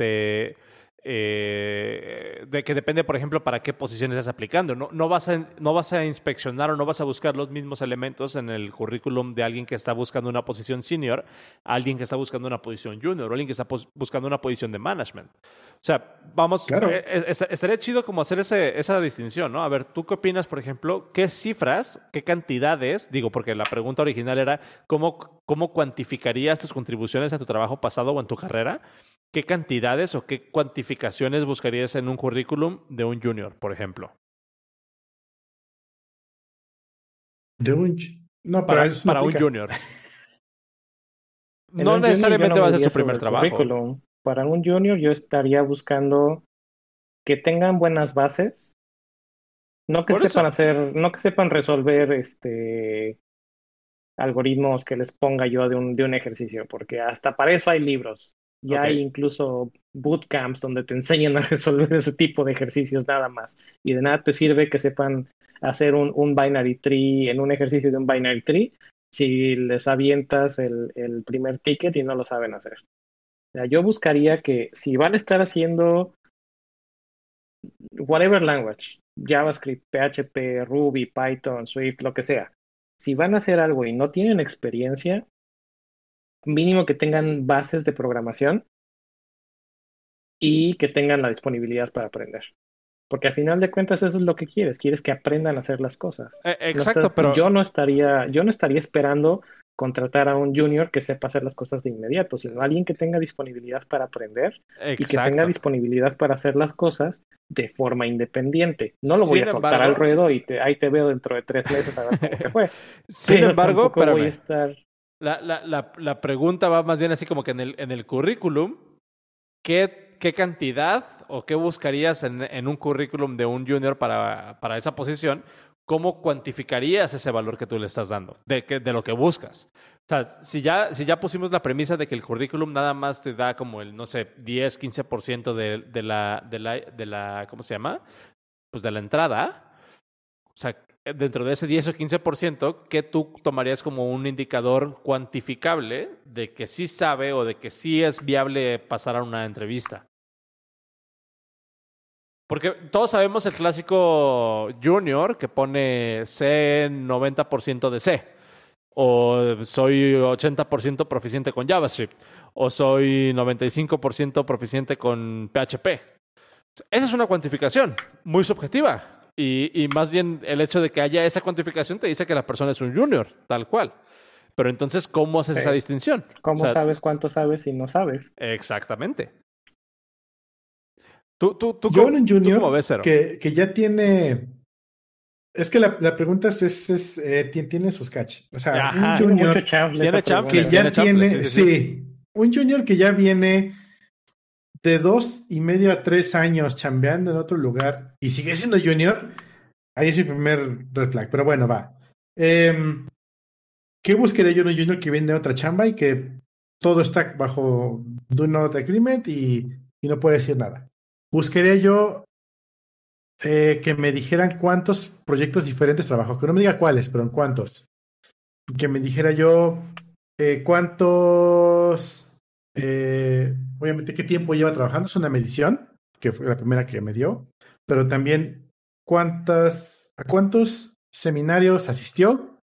de que depende, por ejemplo, para qué posición estás aplicando. No vas a inspeccionar o no vas a buscar los mismos elementos en el currículum de alguien que está buscando una posición senior, a alguien que está buscando una posición junior o alguien que está buscando una posición de management. O sea, vamos, Claro. estaría chido como hacer esa distinción, ¿no? A ver, ¿tú qué opinas, por ejemplo, qué cifras, qué cantidades, digo, porque la pregunta original era cómo cuantificarías tus contribuciones a tu trabajo pasado o en tu carrera? ¿Qué cantidades o qué cuantificaciones buscarías en un currículum de un junior, por ejemplo? De un... No, pero eso no Para un aplica. junior. En No un junior yo necesariamente no va me a ser iría su sobre primer el trabajo. currículum. Para un junior yo estaría buscando que tengan buenas bases, no que Por sepan eso. hacer, no que sepan resolver algoritmos que les ponga yo de un ejercicio, porque hasta para eso hay libros. Ya Ok, hay incluso bootcamps donde te enseñan a resolver ese tipo de ejercicios nada más. Y de nada te sirve que sepan hacer un binary tree en un ejercicio de un binary tree si les avientas el primer ticket y no lo saben hacer. O sea, yo buscaría que si van a estar haciendo whatever language, JavaScript, PHP, Ruby, Python, Swift, lo que sea, si van a hacer algo y no tienen experiencia, mínimo que tengan bases de programación y que tengan la disponibilidad para aprender. Porque al final de cuentas eso es lo que quieres que aprendan a hacer las cosas. exacto, pero Yo no estaría esperando contratar a un junior que sepa hacer las cosas de inmediato, sino alguien que tenga disponibilidad para aprender y que tenga exacto. disponibilidad para hacer las cosas de forma independiente. No lo voy Sin a soltar al embargo, ruedo y ahí te veo dentro de 3 meses a ver cómo te fue. sin Pero embargo, tampoco voy a espérame. estar. La pregunta va más bien así como que en el currículum, ¿qué cantidad o qué buscarías en un currículum de un junior para esa posición? ¿Cómo cuantificarías ese valor que tú le estás dando, de lo que buscas? O sea, si ya pusimos la premisa de que el currículum nada más te da como el, no sé, 10, 15% ¿cómo se llama? Pues de la entrada. O sea, dentro de ese 10 o 15%, ¿qué tú tomarías como un indicador cuantificable de que sí sabe o de que sí es viable pasar a una entrevista? Porque todos sabemos el clásico junior que pone C 90% de C, o soy 80% proficiente con JavaScript, o soy 95% proficiente con PHP. Esa es una cuantificación muy subjetiva. Y más bien el hecho de que haya esa cuantificación te dice que la persona es un junior, tal cual. Pero entonces, ¿cómo haces esa distinción? O ¿Cómo sea, sabes cuánto sabes si no sabes? exactamente. Yo en un Tú cómo junior ves, Cero? que ya tiene... Es que la pregunta tiene sus catch. O sea, un Ajá. Tiene mucho junior chanfle esa Tiene que chanfle, pregunta. tiene ya chanfle, sí, tiene, sí, sí. sí, un junior que ya viene de 2,5 a 3 años chambeando en otro lugar y sigue siendo junior, ahí es mi primer red flag. Pero bueno, va. Em, ¿Qué buscaría yo en un junior que viene de otra chamba y que todo está bajo do not agreement y no puede decir nada? Buscaría yo que me dijeran cuántos proyectos diferentes trabajo, que no me diga cuáles, pero en cuántos. Que me dijera yo cuántos, obviamente qué tiempo lleva trabajando, es una medición, que fue la primera que me dio, pero también a cuántos seminarios asistió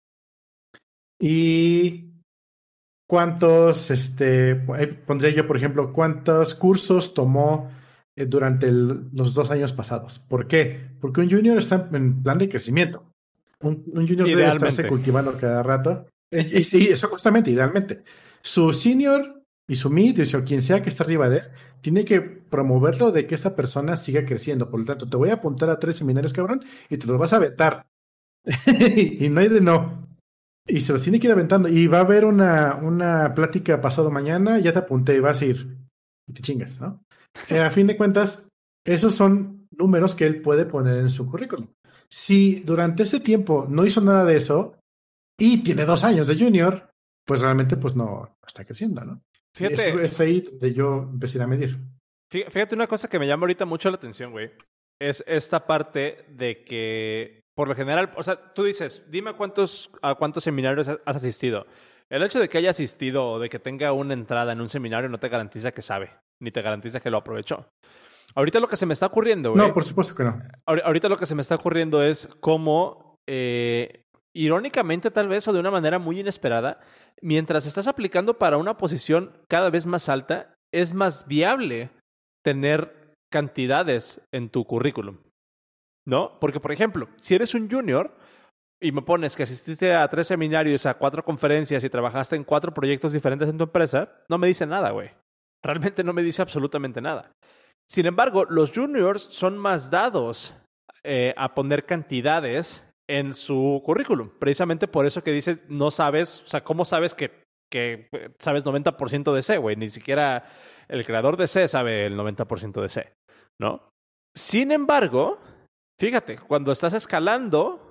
y cuántos, pondría yo, por ejemplo, cuántos cursos tomó durante los 2 años pasados. ¿Por qué? Porque un junior está en plan de crecimiento. Un junior debe estarse Idealmente. cultivando cada rato. Y sí, eso justamente, idealmente. Su senior Y su mid, o quien sea que está arriba de él, tiene que promoverlo de que esa persona siga creciendo. Por lo tanto, te voy a apuntar a 3 seminarios, cabrón, y te los vas a aventar. Y no hay de no. Y se los tiene que ir aventando. Y va a haber una plática pasado mañana, ya te apunté y vas a ir. Y te chingas, ¿no? A fin de cuentas, esos son números que él puede poner en su currículum. Si durante ese tiempo no hizo nada de eso y tiene 2 años de junior, pues realmente pues no está creciendo, ¿no? Fíjate, Es ahí donde yo empecé a medir. fíjate una cosa que me llama ahorita mucho la atención, güey. Es esta parte de que, por lo general, o sea, tú dices, dime a cuántos seminarios has asistido. El hecho de que haya asistido o de que tenga una entrada en un seminario no te garantiza que sabe, ni te garantiza que lo aprovechó. Ahorita lo que se me está ocurriendo, No, güey, por supuesto que no. ahorita lo que se me está ocurriendo es cómo, irónicamente tal vez o de una manera muy inesperada, mientras estás aplicando para una posición cada vez más alta, es más viable tener cantidades en tu currículum, ¿no? Porque, por ejemplo, si eres un junior y me pones que asististe a 3 seminarios, a 4 conferencias y trabajaste en 4 proyectos diferentes en tu empresa, no me dice nada, güey. Realmente no me dice absolutamente nada. Sin embargo, los juniors son más dados a poner cantidades en su currículum. Precisamente por eso que dices, no sabes, o sea, ¿cómo sabes que sabes 90% de C, güey? Ni siquiera el creador de C sabe el 90% de C, ¿no? Sin embargo, fíjate, cuando estás escalando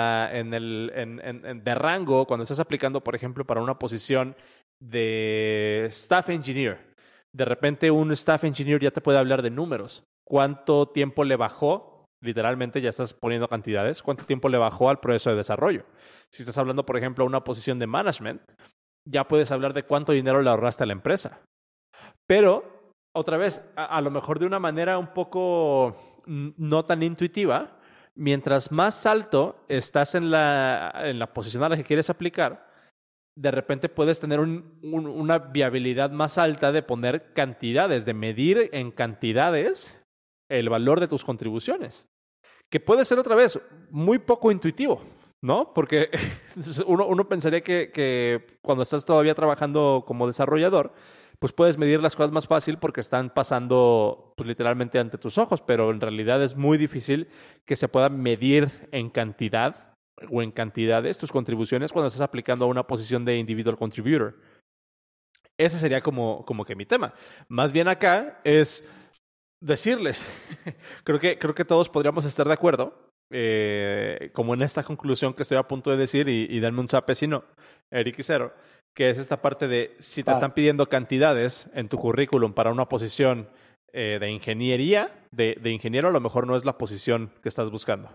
de rango, cuando estás aplicando, por ejemplo, para una posición de staff engineer, de repente un staff engineer ya te puede hablar de números. ¿Cuánto tiempo le bajó? Literalmente ya estás poniendo cantidades. ¿Cuánto tiempo le bajó al proceso de desarrollo? Si estás hablando, por ejemplo, de una posición de management, ya puedes hablar de cuánto dinero le ahorraste a la empresa. Pero, otra vez, a lo mejor de una manera un poco no tan intuitiva, mientras más alto estás en la posición a la que quieres aplicar, de repente puedes tener una viabilidad más alta de poner cantidades, de medir en cantidades el valor de tus contribuciones. Que puede ser otra vez muy poco intuitivo, ¿no? Porque uno pensaría que cuando estás todavía trabajando como desarrollador, pues puedes medir las cosas más fácil porque están pasando pues, literalmente ante tus ojos, pero en realidad es muy difícil que se pueda medir en cantidad o en cantidades tus contribuciones cuando estás aplicando a una posición de individual contributor. Ese sería como que mi tema. Más bien acá es decirles, creo que todos podríamos estar de acuerdo, como en esta conclusión que estoy a punto de decir, y danme un zape si no, Eric y Cero, que es esta parte de si te están pidiendo cantidades en tu currículum para una posición de ingeniería, de ingeniero, a lo mejor no es la posición que estás buscando.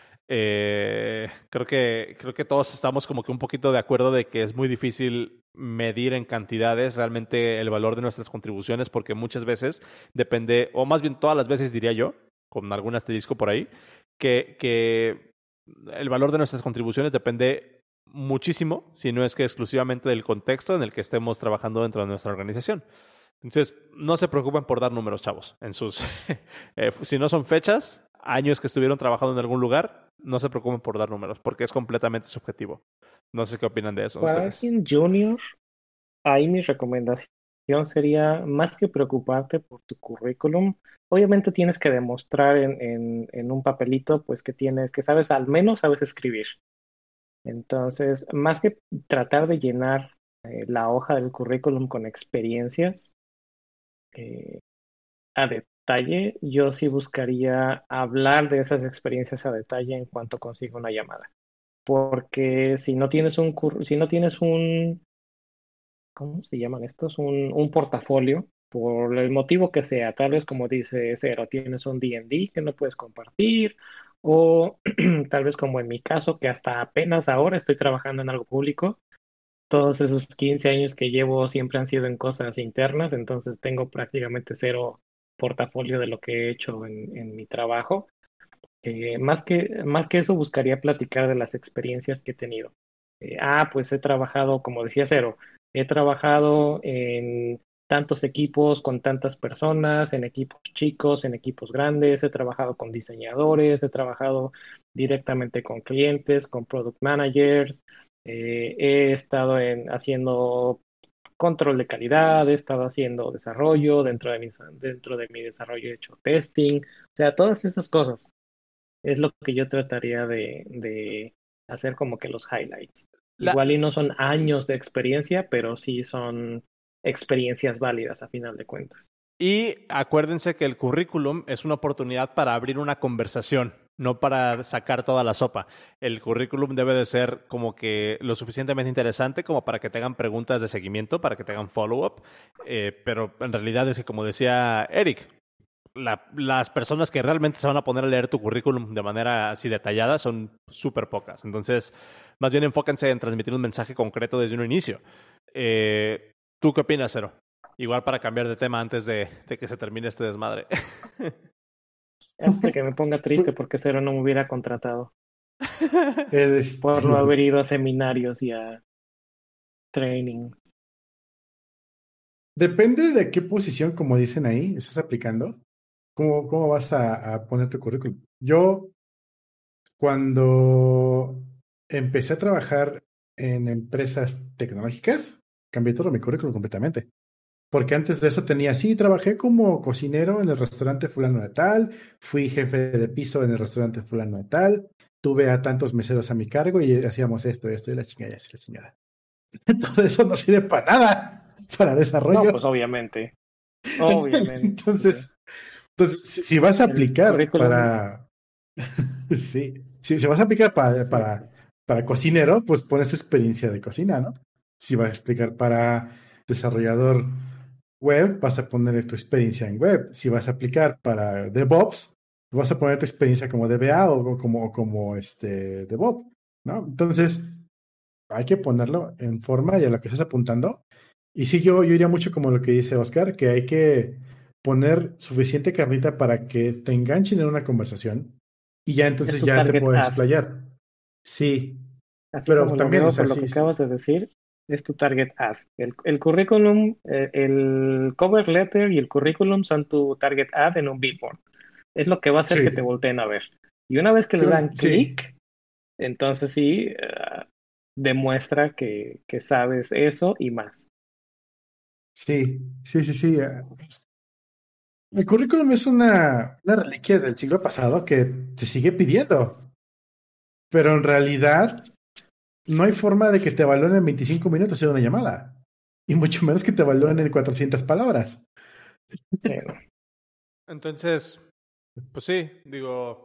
Creo que todos estamos como que un poquito de acuerdo de que es muy difícil medir en cantidades realmente el valor de nuestras contribuciones porque muchas veces depende, o más bien todas las veces diría yo, con algún asterisco por ahí, que el valor de nuestras contribuciones depende muchísimo, si no es que exclusivamente del contexto en el que estemos trabajando dentro de nuestra organización. Entonces, no se preocupen por dar números, chavos. En sus, si no son fechas, años que estuvieron trabajando en algún lugar, no se preocupen por dar números, porque es completamente subjetivo. No sé qué opinan de eso Para ustedes. alguien junior, ahí mi recomendación sería, más que preocuparte por tu currículum, obviamente tienes que demostrar en un papelito, pues que tienes, que sabes, al menos sabes escribir. Entonces, más que tratar de llenar la hoja del currículum con experiencias eh, a detalle, yo sí buscaría hablar de esas experiencias a detalle en cuanto consiga una llamada. Porque si no tienes si no tienes un, ¿cómo se llaman estos? Un portafolio, por el motivo que sea, tal vez como dice Cero, tienes un D&D que no puedes compartir, o tal vez como en mi caso, que hasta apenas ahora estoy trabajando en algo público. Todos esos 15 años que llevo siempre han sido en cosas internas, entonces tengo prácticamente cero portafolio de lo que he hecho en mi trabajo. Más que eso, buscaría platicar de las experiencias que he tenido. Pues he trabajado, como decía Cero, he trabajado en tantos equipos con tantas personas, en equipos chicos, en equipos grandes, he trabajado con diseñadores, he trabajado directamente con clientes, con product managers, he estado haciendo control de calidad, he estado haciendo desarrollo, dentro de mi desarrollo he hecho testing, o sea, todas esas cosas es lo que yo trataría de hacer como que los highlights. La, Igual y no son años de experiencia, pero sí son experiencias válidas a final de cuentas. Y acuérdense que el currículum es una oportunidad para abrir una conversación, no para sacar toda la sopa. El currículum debe de ser como que lo suficientemente interesante como para que tengan preguntas de seguimiento, para que tengan follow-up. Pero en realidad es que, como decía Eric, las personas que realmente se van a poner a leer tu currículum de manera así detallada son súper pocas. Entonces, más bien enfóquense en transmitir un mensaje concreto desde un inicio. ¿Tú qué opinas, Cero? Igual para cambiar de tema antes de que se termine este desmadre. Antes de que me ponga triste porque Cero no me hubiera contratado Es- por no haber ido a seminarios y a training. Depende de qué posición, como dicen ahí, estás aplicando. ¿Cómo vas a poner tu currículum? Yo, cuando empecé a trabajar en empresas tecnológicas, cambié todo mi currículum completamente. Porque antes de eso tenía, sí, trabajé como cocinero en el restaurante fulano de tal, fui jefe de piso en el restaurante fulano de tal, tuve a tantos meseros a mi cargo y hacíamos esto y la chingada y así la chingada. Todo eso no sirve para nada, para No, pues desarrollo. obviamente, obviamente. Entonces, si vas a El aplicar currículum, para, sí, si vas a aplicar para, sí, para cocinero, pues pones tu experiencia de cocina, ¿no? Si vas a explicar para desarrollador web, vas a poner tu experiencia en web. Si vas a aplicar para DevOps, vas a poner tu experiencia como DBA o como DevOps, ¿no? Entonces, hay que ponerlo en forma y a lo que estás apuntando. Y sí, yo iría mucho como lo que dice Oscar, que hay que poner suficiente carnita para que te enganchen en una conversación y ya es entonces tu ya te target puedes ad. explayar. Sí, Así pero como lo también, o veo sea, por lo sí, que acabas de decir, es tu target ad. El currículum, el cover letter y el currículum son tu target ad en un billboard. Es lo que va a hacer que te sí, volteen a ver. Y una vez que le dan sí, clic, entonces sí, demuestra que sabes eso y más. sí. El currículum es una reliquia del siglo pasado que se sigue pidiendo, pero en realidad no hay forma de que te evalúen en 25 minutos en una llamada, y mucho menos que te evalúen en 400 palabras. Entonces, pues sí, digo,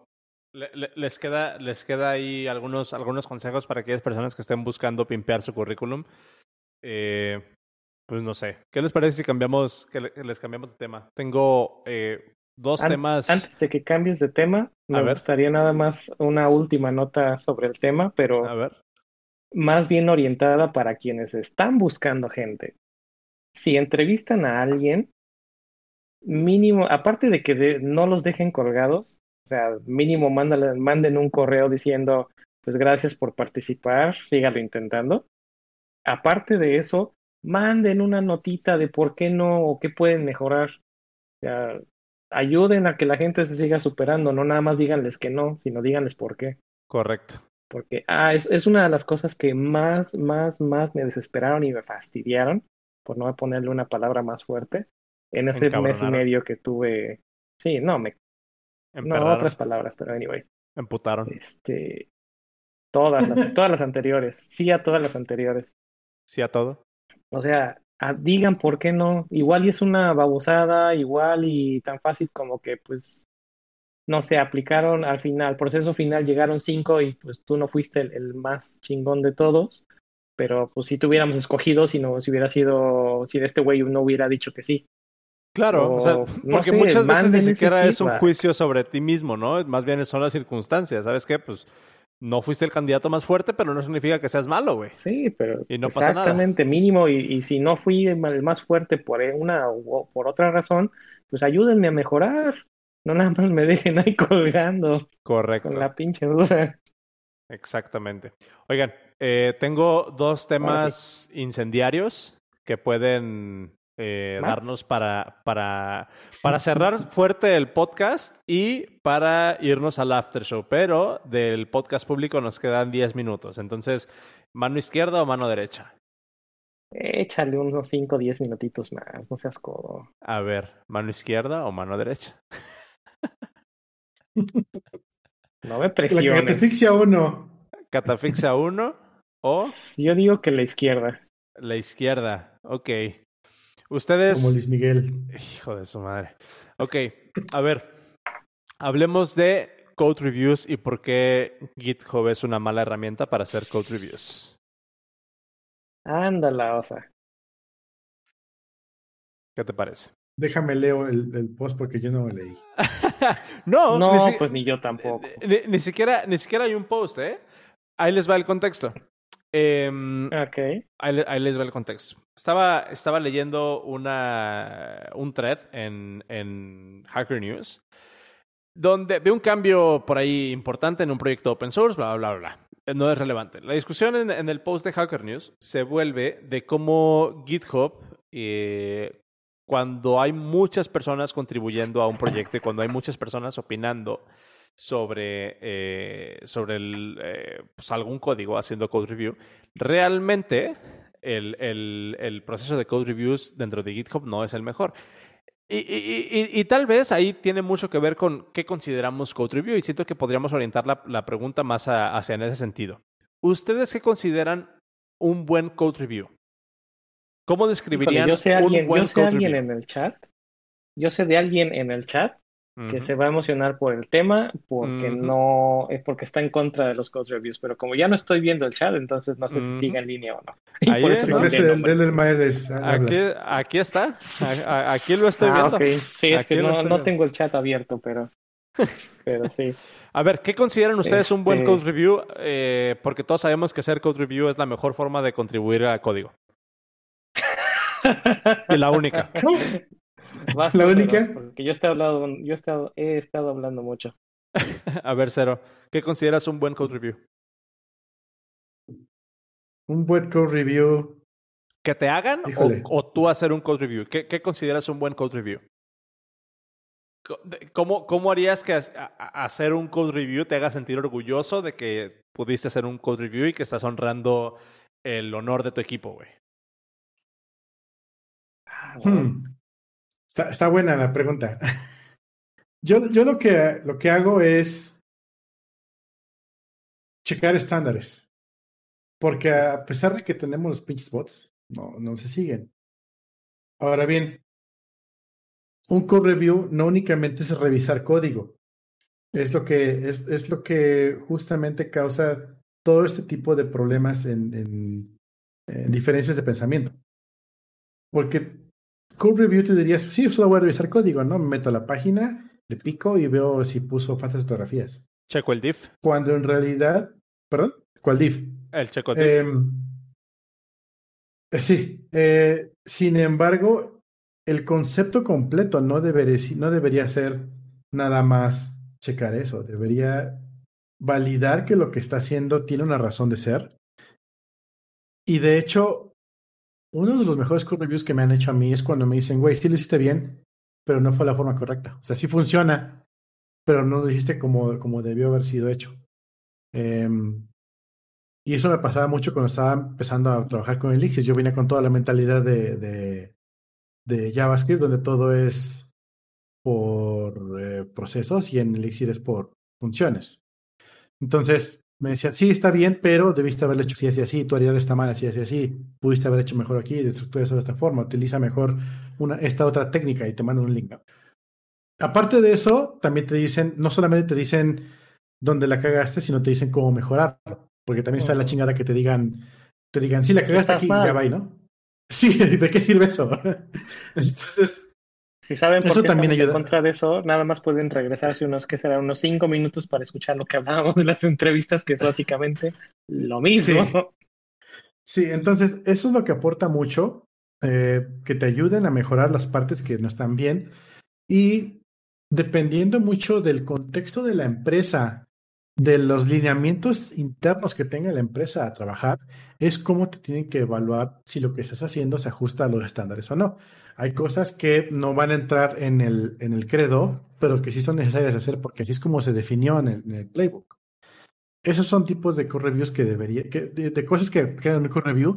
les queda ahí algunos consejos para aquellas personas que estén buscando pimpear su currículum. Eh, pues no sé. ¿Qué les parece si les cambiamos de tema? Tengo dos temas. Antes de que cambies de tema, A me ver, gustaría nada más una última nota sobre el tema, a pero ver. más bien orientada para quienes están buscando gente. Si entrevistan a alguien, mínimo, aparte de que no los dejen colgados, o sea, mínimo manden un correo diciendo, pues gracias por participar, sígalo intentando. Aparte de eso, manden una notita de por qué no o qué pueden mejorar. O sea, ayuden a que la gente se siga superando, no nada más díganles que no, sino díganles por qué. Correcto. Porque es una de las cosas que más me desesperaron y me fastidiaron, por no ponerle una palabra más fuerte, en ese mes y Encabronaron, medio que tuve. Sí, no, emperraron, otras palabras, pero anyway, emputaron. este, todas las anteriores, sí a todas las anteriores. Sí a todo. O sea, digan por qué no. Igual y es una babosada, igual y tan fácil como que, pues, no sé, aplicaron al final, proceso final, llegaron 5 y pues tú no fuiste el más chingón de todos, pero pues si te hubiéramos escogido, si hubiera sido, si este güey no hubiera dicho que sí. Claro, o sea, O no porque sé, muchas veces ni manden ese siquiera es un feedback. juicio sobre ti mismo, ¿no? Más bien son las circunstancias. ¿Sabes qué? Pues no fuiste el candidato más fuerte, pero no significa que seas malo, güey. Sí, pero Y no pasa nada. exactamente mínimo, y si no fui el más fuerte por una o por otra razón, pues ayúdenme a mejorar. No nada más me dejen ahí colgando con Correcto. la pinche duda. Exactamente. Oigan, tengo dos Ahora sí, temas incendiarios que pueden más. darnos para cerrar fuerte el podcast y para irnos al after show. Pero del podcast público nos quedan 10 minutos. Entonces, ¿mano izquierda o mano derecha? Échale unos 5 o 10 minutitos más, no seas codo. A ver, ¿mano izquierda o mano derecha? No me La que te presiones. asfixia uno, ¿Catafixia uno o Yo digo que la izquierda. la izquierda? Ok. como Ustedes, Luis Miguel. hijo de su madre. Ok, a ver, hablemos de code reviews y por qué GitHub es una mala herramienta para hacer code reviews. Ándala, o sea. ¿Qué te parece? Déjame leo el post porque yo no lo leí. No, No, pues ni yo tampoco. ni siquiera hay un post, ¿eh? Ahí les va el contexto. Ok. Ahí les va el contexto. Estaba leyendo un thread en Hacker News donde de un cambio por ahí importante en un proyecto open source, bla, bla, bla, bla. No es relevante. La discusión en el post de Hacker News se vuelve de cómo GitHub, cuando hay muchas personas contribuyendo a un proyecto y cuando hay muchas personas opinando sobre pues algún código, haciendo code review, realmente el proceso de code reviews dentro de GitHub no es el mejor. Y tal vez ahí tiene mucho que ver con qué consideramos code review y siento que podríamos orientar la pregunta más hacia en ese sentido. ¿Ustedes qué consideran un buen code review? ¿Cómo Híjole, describirían un yo buen sé code alguien review? en el chat. Yo sé de alguien en el chat que Ujú, se va a emocionar por el tema porque ujú, no, porque está en contra de los code reviews, pero como ya no estoy viendo el chat, entonces no sé si sigue ujú. en línea o no. Y Ahí, por eso no Entonces, diré el del nombre. del Mayer le aquí, hablas. aquí está. Aquí lo estoy Ah, ok. viendo. Sí, es que Aquí lo no, estoy no viendo. tengo el chat abierto, pero sí. A ver, ¿qué consideran ustedes un buen code Este, review? Porque todos sabemos que hacer code review es la mejor forma de contribuir a código. Y la única. Vas La tú, Cero, única, porque he estado hablando mucho. A ver, Cero, ¿qué consideras un buen code review? un buen code review. ¿Que te hagan Híjole. o tú hacer un code review? ¿Qué consideras un buen code review? ¿Cómo harías que hacer un code review te haga sentir orgulloso de que pudiste hacer un code review y que estás honrando el honor de tu equipo, güey? Ah, bueno. Hmm, está buena la pregunta. Yo lo que hago es checar estándares, porque a pesar de que tenemos los pinches bots, no se siguen. Ahora bien, un code review no únicamente es revisar código, es lo que justamente causa todo este tipo de problemas en diferencias de pensamiento. Porque code review te dirías, sí, solo voy a revisar código, ¿no? Me meto a la página, le pico y veo si puso falsas fotografías. Checo el diff. Cuando en realidad, perdón, ¿cuál diff? El checo el diff. Em, sí, sin embargo, el concepto completo no debería ser nada más checar eso, debería validar que lo que está haciendo tiene una razón de ser. Y de hecho, uno de los mejores code reviews que me han hecho a mí es cuando me dicen, güey, sí lo hiciste bien, pero no fue la forma correcta. O sea, sí funciona, pero no lo hiciste como debió haber sido hecho. Em, y eso me pasaba mucho cuando estaba empezando a trabajar con Elixir. Yo vine con toda la mentalidad de JavaScript, donde todo es por procesos y en Elixir es por funciones. Entonces me decían, sí, está bien, pero debiste haberlo hecho así, así, así, tu harías de esta manera, así, así, así, pudiste haber hecho mejor aquí, de estructura eso de esta forma, utiliza mejor esta otra técnica y te mandan un link, ¿no? Aparte de eso, también te dicen, no solamente te dicen dónde la cagaste, sino te dicen cómo mejorarlo, porque también está la Ujú. chingada que te digan, sí, la cagaste aquí Estás y ya va, mal. ¿no? Sí, ¿de qué sirve eso? Entonces, Si saben por eso qué también estamos en ayuda. contra de eso, nada más pueden regresarse que será unos 5 minutos para escuchar lo que hablábamos de las entrevistas, que es básicamente lo mismo. Sí, sí, entonces eso es lo que aporta mucho, que te ayuden a mejorar las partes que no están bien y dependiendo mucho del contexto de la empresa, de los lineamientos internos que tenga la empresa a trabajar, es cómo te tienen que evaluar si lo que estás haciendo se ajusta a los estándares o no. Hay cosas que no van a entrar en el credo, pero que sí son necesarias de hacer porque así es como se definió en el playbook. Esos son tipos de code reviews que debería, de cosas que quedan en un code review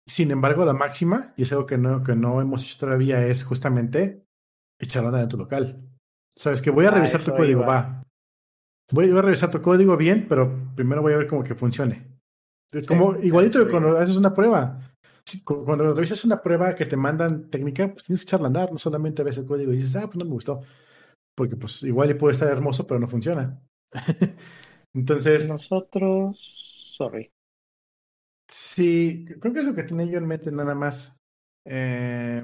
Sin embargo, la máxima, y es algo que no hemos hecho todavía, es justamente echarla de tu local. Sabes que voy a A revisar tu eso código, iba. va. Voy a revisar tu código bien, pero primero voy a ver cómo que funcione. Sí, Como a igualito eso que iba. cuando haces una prueba. Cuando revisas una prueba que te mandan técnica, pues tienes que echarla a andar, no solamente ves el código y dices, pues no me gustó. Porque pues igual y puede estar hermoso, pero no funciona. Entonces, Sorry. sí, creo que es lo que tiene yo en mente nada más. Eh,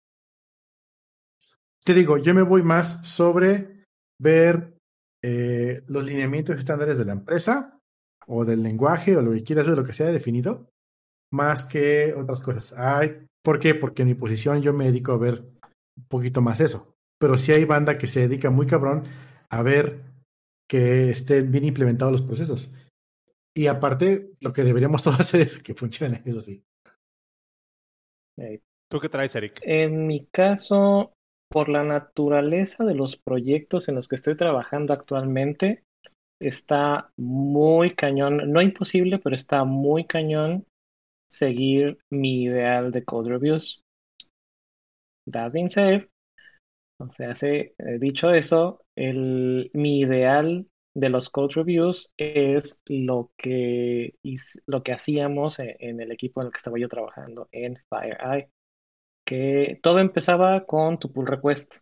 Te digo, yo me voy más sobre ver los lineamientos estándares de la empresa o del lenguaje o lo que quieras ver, lo que sea definido, más que otras cosas. ¿Por qué? Porque en mi posición yo me dedico a ver un poquito más eso. Pero sí hay banda que se dedica muy cabrón a ver que estén bien implementados los procesos. Y aparte, lo que deberíamos todos hacer es que funcione, eso sí. Eh, ¿Tú qué traes, Eric? en mi caso, por la naturaleza de los proyectos en los que estoy trabajando actualmente, está muy cañón, no imposible, pero está muy cañón seguir mi ideal de code reviews. That being said, o sea, dicho eso, mi ideal de los code reviews es lo que hacíamos en el equipo en el que estaba yo trabajando en FireEye, que todo empezaba con tu pull request.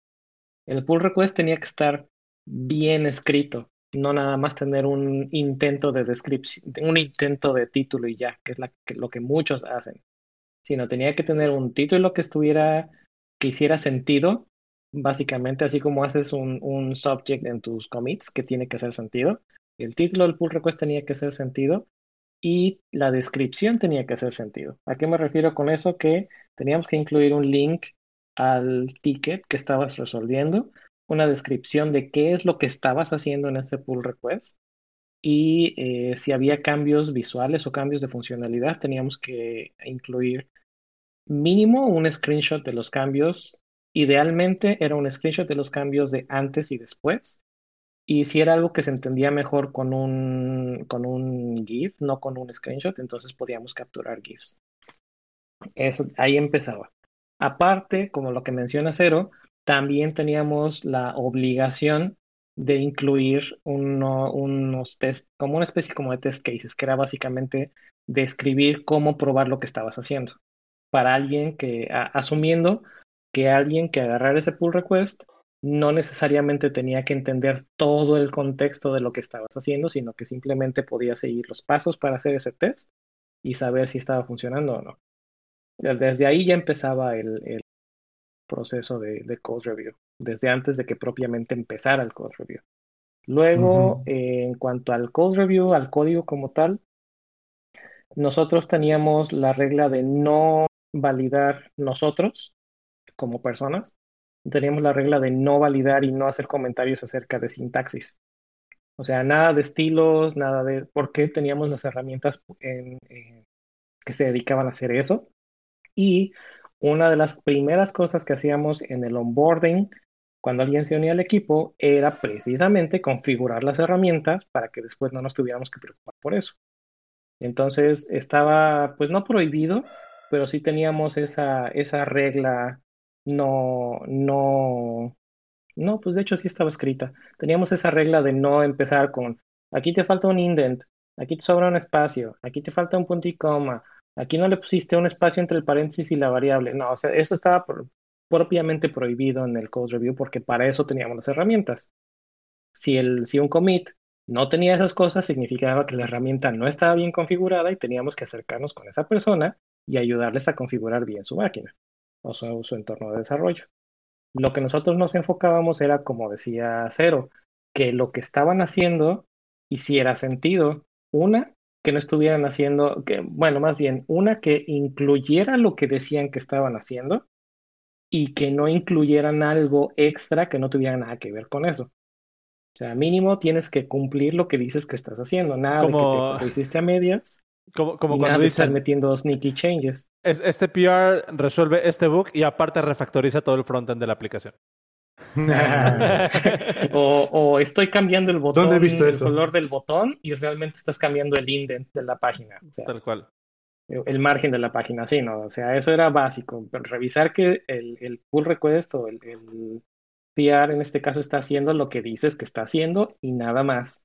El pull request tenía que estar bien escrito, no nada más tener un intento de descripción, un intento de título y ya, que es lo que muchos hacen, sino tenía que tener un título que hiciera sentido, básicamente, así como haces un subject en tus commits, que tiene que hacer sentido. El título del pull request tenía que hacer sentido y la descripción tenía que hacer sentido. ¿A qué me refiero con eso? Que teníamos que incluir un link al ticket que estabas resolviendo, una descripción de qué es lo que estabas haciendo en ese pull request y si había cambios visuales o cambios de funcionalidad, teníamos que incluir mínimo un screenshot de los cambios. Idealmente era un screenshot de los cambios de antes y después. Y si era algo que se entendía mejor con un GIF, no con un screenshot, entonces podíamos capturar GIFs. Eso, ahí empezaba. Aparte, como lo que menciona Cero, también teníamos la obligación de incluir unos test, como una especie como de test cases, que era básicamente describir cómo probar lo que estabas haciendo. Para alguien asumiendo que alguien que agarrara ese pull request no necesariamente tenía que entender todo el contexto de lo que estabas haciendo, sino que simplemente podía seguir los pasos para hacer ese test y saber si estaba funcionando o no. Desde ahí ya empezaba el proceso de code review, desde antes de que propiamente empezara el code review. Luego, Ujú. en cuanto al code review, al código como tal, nosotros teníamos la regla de no validar nosotros como personas. Teníamos la regla de no validar y no hacer comentarios acerca de sintaxis. O sea, nada de estilos, nada de por qué teníamos las herramientas que se dedicaban a hacer eso. Y una de las primeras cosas que hacíamos en el onboarding, cuando alguien se unía al equipo, era precisamente configurar las herramientas para que después no nos tuviéramos que preocupar por eso. Entonces estaba, pues no prohibido, pero sí teníamos esa regla, no, no, no, pues de hecho sí estaba escrita. Teníamos esa regla de no empezar con, aquí te falta un indent, aquí te sobra un espacio, aquí te falta un punto y coma, aquí no le pusiste un espacio entre el paréntesis y la variable. No, o sea, eso estaba propiamente prohibido en el code review porque para eso teníamos las herramientas. Si un commit no tenía esas cosas, significaba que la herramienta no estaba bien configurada y teníamos que acercarnos con esa persona y ayudarles a configurar bien su máquina o su entorno de desarrollo. Lo que nosotros nos enfocábamos era, como decía Cero, que lo que estaban haciendo hiciera sentido. Una, que no estuvieran haciendo, bueno, más bien, una que incluyera lo que decían que estaban haciendo y que no incluyeran algo extra que no tuviera nada que ver con eso. O sea, mínimo tienes que cumplir lo que dices que estás haciendo, nada de que Como, lo hiciste a medias como y cuando nada de estar dicen, metiendo sneaky changes. este PR resuelve este bug y aparte refactoriza todo el frontend de la aplicación. Ajá. O estoy cambiando el ¿Dónde he visto botón, el eso? color del botón y realmente estás cambiando el indent de la página. O sea, Tal cual. el margen de la página, sí, ¿no? O sea, eso era básico. Pero revisar que el pull request o el PR en este caso está haciendo lo que dices que está haciendo y nada más.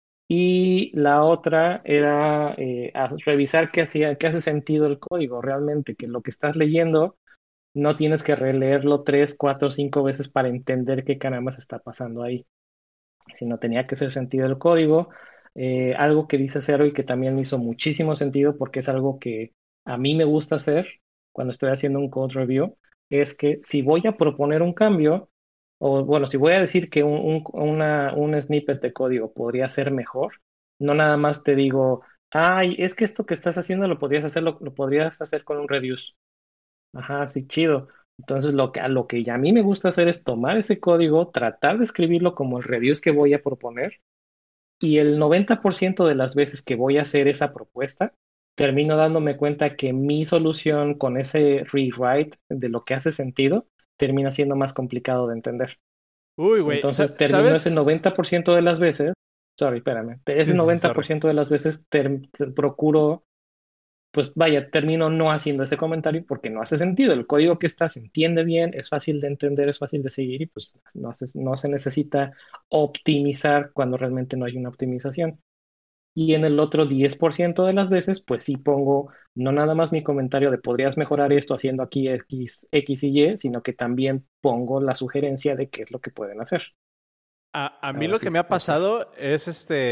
Y la otra era revisar qué hace sentido el código realmente, que lo que estás leyendo no tienes que releerlo 3, 4, 5 veces para entender qué caramba se está pasando ahí, sino tenía que hacer sentido el código. Algo que dice Cero y que también me hizo muchísimo sentido porque es algo que a mí me gusta hacer cuando estoy haciendo un code review, es que si voy a proponer un cambio, o bueno, si voy a decir que un snippet de código podría ser mejor, no nada más te digo, ay, es que esto que estás haciendo lo podrías hacer con un reduce. Ajá, sí, chido. Entonces, a lo que ya a mí me gusta hacer es tomar ese código, tratar de escribirlo como el reduce que voy a proponer, y el 90% de las veces que voy a hacer esa propuesta, termino dándome cuenta que mi solución con ese rewrite de lo que hace sentido termina siendo más complicado de entender. Uy, güey, Entonces, termino ese ¿sabes? 90% de las veces, sorry, espérame, ese Sí, sí, sí, noventa por sorry. ciento de las veces procuro, pues vaya, termino no haciendo ese comentario porque no hace sentido. El código que está se entiende bien, es fácil de entender, es fácil de seguir y pues no se necesita optimizar cuando realmente no hay una optimización. Y en el otro 10% de las veces, pues sí pongo no nada más mi comentario de podrías mejorar esto haciendo aquí X y Y, sino que también pongo la sugerencia de qué es lo que pueden hacer. A mí Ahora lo sí, que me ha no sé. pasado es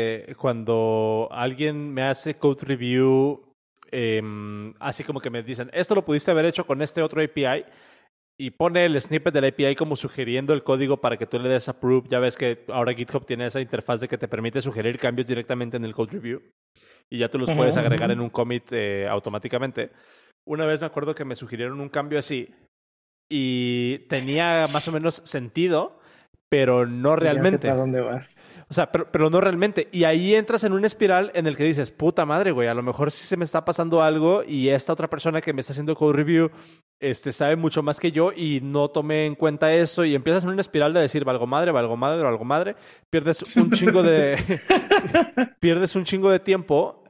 cuando alguien me hace code review, así como que me dicen, esto lo pudiste haber hecho con este otro API, y pone el snippet del API como sugiriendo el código para que tú le des approve. Ya ves que ahora GitHub tiene esa interfaz de que te permite sugerir cambios directamente en el code review y ya tú los puedes Ujú. agregar en Ujú. un commit automáticamente. Una vez me acuerdo que me sugirieron un cambio así y tenía más o menos sentido, pero no Ya sé realmente. para dónde vas. O sea, pero no realmente. Y ahí entras en una espiral en el que dices, puta madre, güey, a lo mejor sí se me está pasando algo y esta otra persona que me está haciendo code review sabe mucho más que yo y no tomé en cuenta eso y empiezas en una espiral de decir, valgo madre, valgo madre, valgo madre. Pierdes un chingo de, pierdes un chingo de tiempo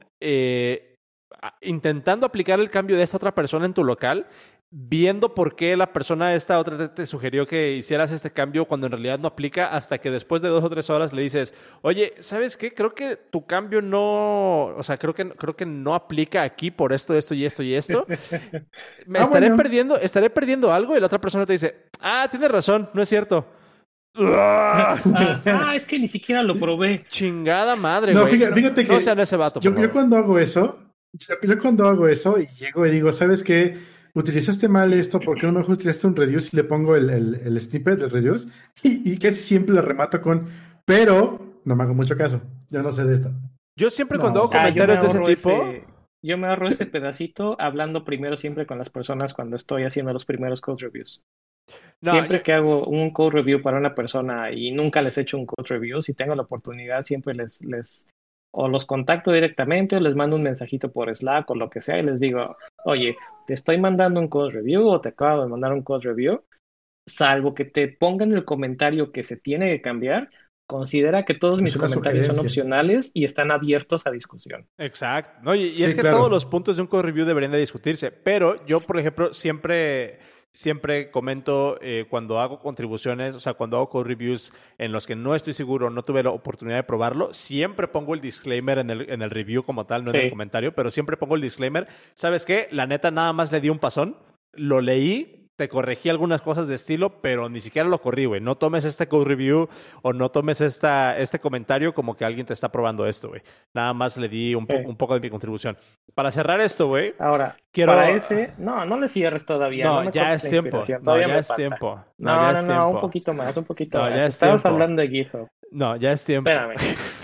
intentando aplicar el cambio de esta otra persona en tu local, viendo por qué la persona esta otra te sugirió que hicieras este cambio cuando en realidad no aplica, hasta que después de 2 o 3 horas le dices, oye, ¿sabes qué? Creo que tu cambio no, o sea, creo que no aplica aquí por esto, esto y esto y esto. Me Ah, bueno. estaré perdiendo algo y la otra persona te dice, ah, tienes razón, no es cierto. ¡Uah! Es que ni siquiera lo probé. Chingada madre, No, güey. No, fíjate no sean que ese vato, por yo favor. cuando hago eso, yo cuando hago eso y llego y digo, ¿sabes qué? Utilizaste mal esto, ¿por qué no mejor utilizaste un reduce y le pongo el snippet del reduce? Y casi siempre le remato con, pero no me hago mucho caso. Yo no sé de esto. Yo siempre cuando No, o hago sea, comentarios de ese tipo, Yo me ahorro ese pedacito hablando primero siempre con las personas cuando estoy haciendo los primeros code reviews. no, yo, Siempre que hago un code review para una persona y nunca les he hecho un code review, si tengo la oportunidad, siempre o los contacto directamente o les mando un mensajito por Slack o lo que sea y les digo, oye, te estoy mandando un code review o te acabo de mandar un code review, salvo que te pongan el comentario que se tiene que cambiar, considera que todos es mis una comentarios son sugerencia. opcionales y están abiertos a discusión. exacto. No, y es Sí, que todos los claro. puntos de un code review deberían de discutirse. Pero yo, por ejemplo, siempre comento cuando hago contribuciones, o sea, cuando hago code reviews en los que no estoy seguro, no tuve la oportunidad de probarlo, siempre pongo el disclaimer en el review como tal, no en el Sí. comentario, pero siempre pongo el disclaimer. ¿Sabes qué? La neta nada más le di un pasón, lo leí. Te corregí algunas cosas de estilo, pero ni siquiera lo corrí, güey. No tomes este code review o no tomes este comentario como que alguien te está probando esto, güey. Nada más le di Sí. un poco de mi contribución. Para cerrar esto, güey, Ahora, para quiero... ese, no le cierres todavía, no No, me ya cortes es la tiempo. inspiración, No, todavía ya me es falta. tiempo. No, ya es Un tiempo. poquito más, un poquito No, ya más. es Estabas tiempo. hablando de GitHub. No, ya es tiempo. Espérame.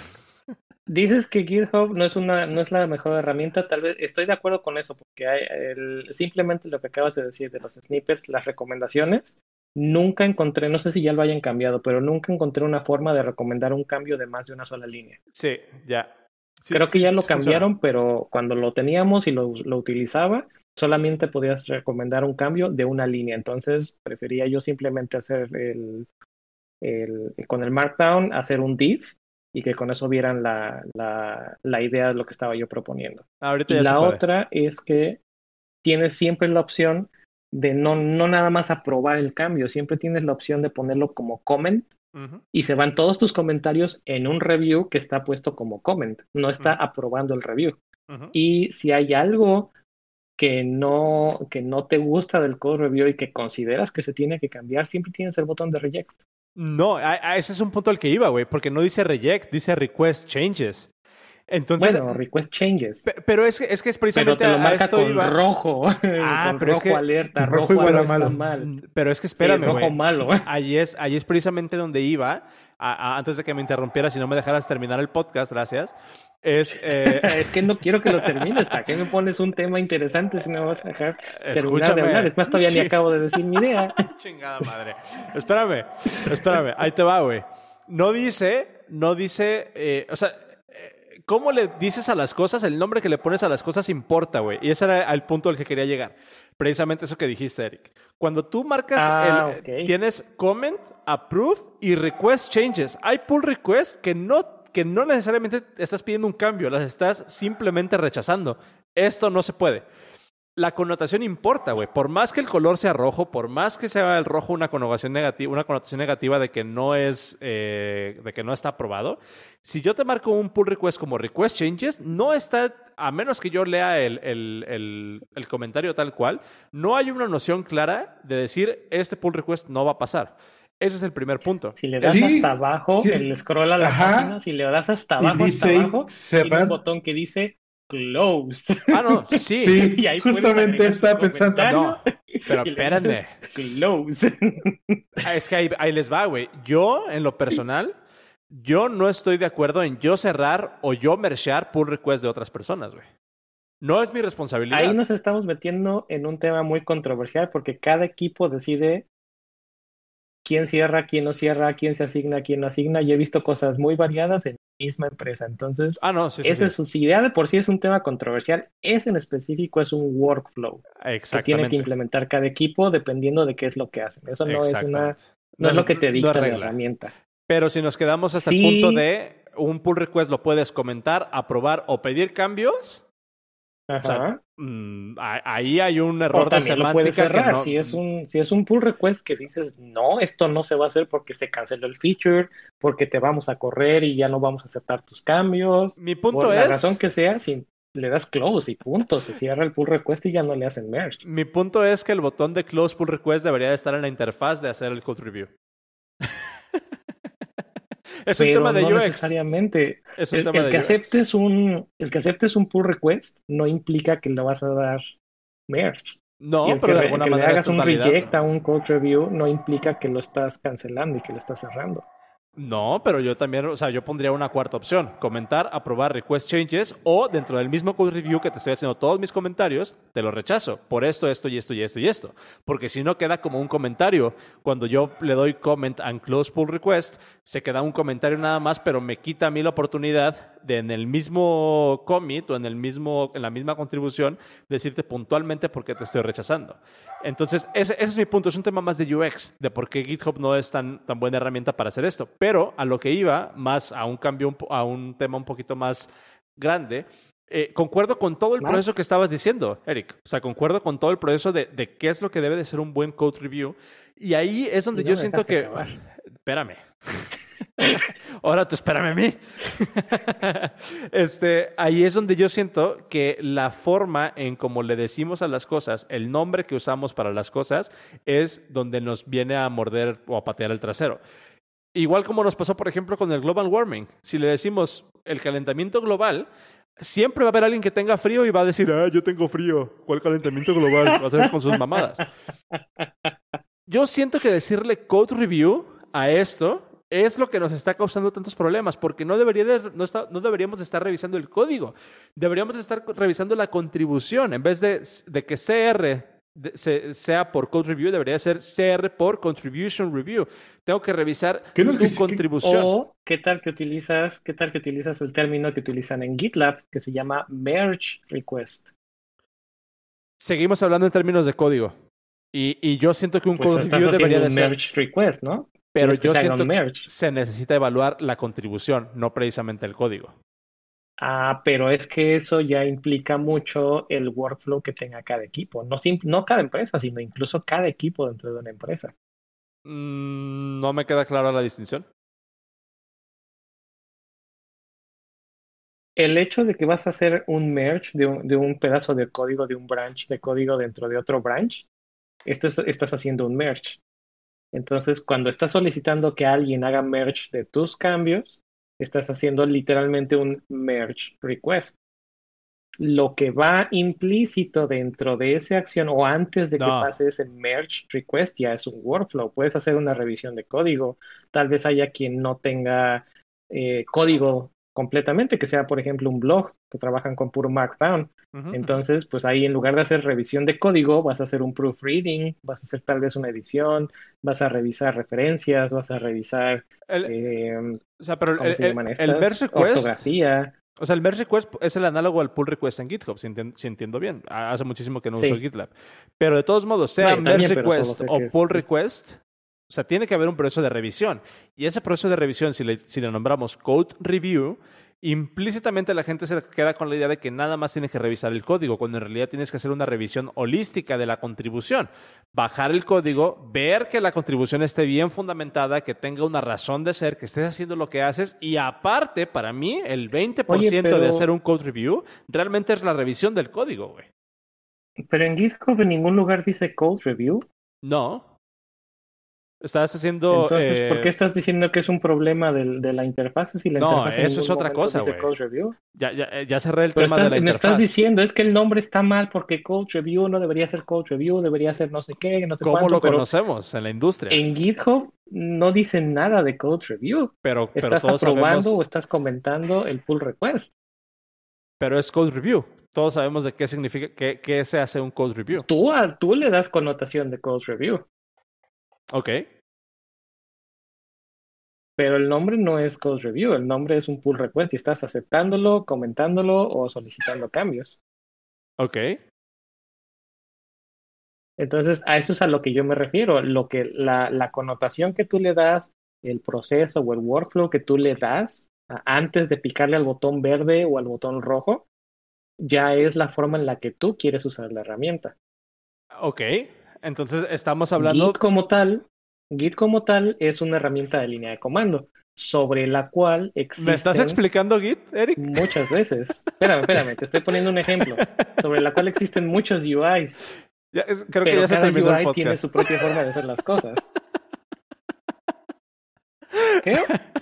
Dices que GitHub no es la mejor herramienta, tal vez estoy de acuerdo con eso, porque simplemente lo que acabas de decir de los snippets, las recomendaciones, nunca encontré, no sé si ya lo hayan cambiado, pero nunca encontré una forma de recomendar un cambio de más de una sola línea. Sí, ya. Sí, Creo que sí, ya lo sí funciona. cambiaron, pero cuando lo teníamos y lo utilizaba, solamente podías recomendar un cambio de una línea. Entonces, prefería yo simplemente hacer con el Markdown, hacer un div y que con eso vieran la idea de lo que estaba yo proponiendo. Ahorita Y ya se la puede. otra es que tienes siempre la opción de no nada más aprobar el cambio, siempre tienes la opción de ponerlo como comment Ujú, y se van todos tus comentarios en un review que está puesto como comment, no está ujú, aprobando el review. ujú. Y si hay algo que no te gusta del code review y que consideras que se tiene que cambiar, siempre tienes el botón de reject. No, ese es un punto al que iba, güey, porque no dice reject, dice request changes. Entonces, Bueno, request changes, pero es pero precisamente te lo a marca esto con iba. rojo, Ah, con pero es rojo que, alerta, Rojo rojo igual algo a está malo. mal. pero es que Sí, espérame, rojo güey. malo. Ahí es precisamente donde iba, antes de que me interrumpieras y no me dejaras terminar el podcast, gracias. Es, Es que no quiero que lo termines. ¿Para qué me pones un tema interesante si no me vas a dejar terminar de hablar? escúchame. Es más, todavía ni acabo de decir mi idea. Chingada madre. Espérame, ahí te va, güey. No dice, o sea, ¿cómo le dices a las cosas? El nombre que le pones a las cosas importa, güey. Y ese era el punto al que quería llegar. Precisamente eso que dijiste, Eric. Cuando tú marcas Ah, ok. tienes comment, approve y request changes. Hay pull requests que no necesariamente estás pidiendo un cambio, las estás simplemente rechazando. Esto no se puede. La connotación importa, güey. Por más que el color sea rojo, por más que sea el rojo una connotación negativa de que no de que no está aprobado, si yo te marco un pull request como request changes, no está, a menos que yo lea el comentario tal cual, no hay una noción clara de decir este pull request no va a pasar. Ese es el primer punto. Si le das hasta Sí, abajo, sí el scroll a la página, ajá, si le das hasta y hasta dice abajo, tiene un cerrar. botón que dice close. Ah, no, sí. Y Sí, ahí puedes justamente agregar tu estaba pensando. comentario No, pero y le espérenme. dices close. Es que ahí les va, güey. Yo, en lo personal, yo no estoy de acuerdo en yo cerrar o yo mergear pull request de otras personas, güey. No es mi Ahí responsabilidad. nos estamos metiendo en un tema muy controversial porque cada equipo decide quién cierra, quién no cierra, quién se asigna, quién no asigna. Y he visto cosas muy variadas en la misma empresa. Entonces, Ah, no, sí, sí, ese sí. es su, si ya de por sí es un tema controversial, ese en específico es un workflow que tiene que Exactamente. implementar cada equipo dependiendo de qué es lo que hacen. Eso Exactamente. no No es es, lo que te no es dicta la regla. herramienta. Pero si nos quedamos hasta el punto Sí, de un pull request lo puedes comentar, aprobar o pedir cambios, o sea, ajá. ahí hay un O error de también lo puedes semántica que cerrar. no. Si es un pull request que dices, no, esto no se va a hacer porque se canceló el feature, porque te vamos a correr y ya no vamos a aceptar tus cambios, Mi por punto la razón es, que sea, si le das close y punto, se cierra el pull request y ya no le hacen merge. mi punto es que el botón de close pull request debería de estar en la interfaz de hacer el code review. Es un tema Pero de no UX. necesariamente. Es un tema de UX. El que aceptes un pull request no implica que le vas a dar merge. Y No, pero de alguna que le manera hagas estás un reject validando. a un code review no implica que lo estás cancelando y que lo estás cerrando. No, pero yo también, o sea, yo pondría una cuarta opción: comentar, aprobar request changes, o dentro del mismo code review que te estoy haciendo todos mis comentarios, te lo rechazo por esto, esto y esto y esto y esto. Porque si no queda como un comentario. Cuando yo le doy comment and close pull request, se queda un comentario nada más, pero me quita a mí la oportunidad de en el mismo commit o en la misma contribución decirte puntualmente por qué te estoy rechazando. Entonces, ese es mi punto. Es un tema más de UX, de por qué GitHub no es tan buena herramienta para hacer esto. Pero a lo que iba, más a un cambio, a un tema un poquito más grande, concuerdo con todo el ¿Más? proceso que estabas diciendo, Eric. O sea, concuerdo con todo el proceso de qué es lo que debe de ser un buen code review. Y ahí es donde Y no yo me siento dejaste que... acabar. Espérame. Ahora tú espérame a mí. Ahí es donde yo siento que la forma en cómo le decimos a las cosas, el nombre que usamos para las cosas, es donde nos viene a morder o a patear el trasero. Igual como nos pasó, por ejemplo, con el global warming. Si le decimos el calentamiento global, siempre va a haber alguien que tenga frío y va a decir, yo tengo frío. ¿Cuál calentamiento global? Va a ser con sus mamadas. Yo siento que decirle code review a esto es lo que nos está causando tantos problemas, porque no deberíamos estar revisando el código, deberíamos estar revisando la contribución. En vez de que CR sea por code review, debería ser CR por contribution review. Tengo que revisar ¿Qué nos tu contribución. O qué tal que utilizas el término que utilizan en GitLab que se llama merge request. Seguimos hablando en términos de código. Y yo siento que un Pues code estás review debería haciendo de un ser... merge request, ¿no? Pero quieres que yo se haga siento un que merge. se necesita evaluar la contribución, no precisamente el código. Pero es que eso ya implica mucho el workflow que tenga cada equipo. No cada empresa, sino incluso cada equipo dentro de una empresa. No me queda clara la distinción. El hecho de que vas a hacer un merge de un pedazo de código, de un branch de código dentro de otro branch, estás haciendo un merge. Entonces, cuando estás solicitando que alguien haga merge de tus cambios, estás haciendo literalmente un merge request. Lo que va implícito dentro de esa acción o antes de que No, pase ese merge request ya es un workflow. Puedes hacer una revisión de código. Tal vez haya quien no tenga código completamente, que sea, por ejemplo, un blog que trabajan con puro Markdown. Entonces, pues ahí en lugar de hacer revisión de código, vas a hacer un proofreading, vas a hacer tal vez una edición, vas a revisar referencias, vas a revisar, o sea, pero ¿cómo se llaman el merge estas? request, Ortografía. o sea, el merge request es el análogo al pull request en GitHub, si entiendo bien. Hace muchísimo que no uso Sí, GitLab. Pero de todos modos, no, sea yo merge también, pero solo request sé que o es. pull request, o sea, tiene que haber un proceso de revisión. Y ese proceso de revisión, si le nombramos code review, implícitamente la gente se queda con la idea de que nada más tienes que revisar el código, cuando en realidad tienes que hacer una revisión holística de la contribución. Bajar el código, ver que la contribución esté bien fundamentada, que tenga una razón de ser, que estés haciendo lo que haces. Y aparte, para mí, el 20% Oye, de hacer un code review realmente es la revisión del código, güey. pero en GitHub en ningún lugar dice code review. No. Estás haciendo... Entonces, ¿por qué estás diciendo que es un problema de la interfaz si la No, interfaz en eso es ningún otra momento cosa, dice güey. code review? Ya cerré el Pero tema de la me estás interfaz. diciendo, es que el nombre está mal porque code review no debería ser code review, debería ser no sé qué, no sé ¿Cómo cuánto, lo pero conocemos en la industria? en GitHub no dice nada de code review. Pero Estás todos aprobando o sabemos... estás comentando el pull request. Pero es code review. Todos sabemos de qué significa, qué se hace un code review. Tú le das connotación de code review. Ok. Pero el nombre no es code review, el nombre es un pull request y estás aceptándolo, comentándolo o solicitando cambios. Ok. Entonces, a eso es a lo que yo me refiero, la connotación que tú le das, el proceso o el workflow que tú le das antes de picarle al botón verde o al botón rojo, ya es la forma en la que tú quieres usar la herramienta. Ok. Entonces estamos Git hablando... Git como tal es una herramienta de línea de comando sobre la cual ¿Me estás existen explicando Git, Eric? muchas veces. Espérame, te estoy poniendo un ejemplo. Sobre la cual existen muchos UIs, Creo que pero ya se cada terminó el UI tiene podcast. su propia forma de hacer las cosas. ¿Qué?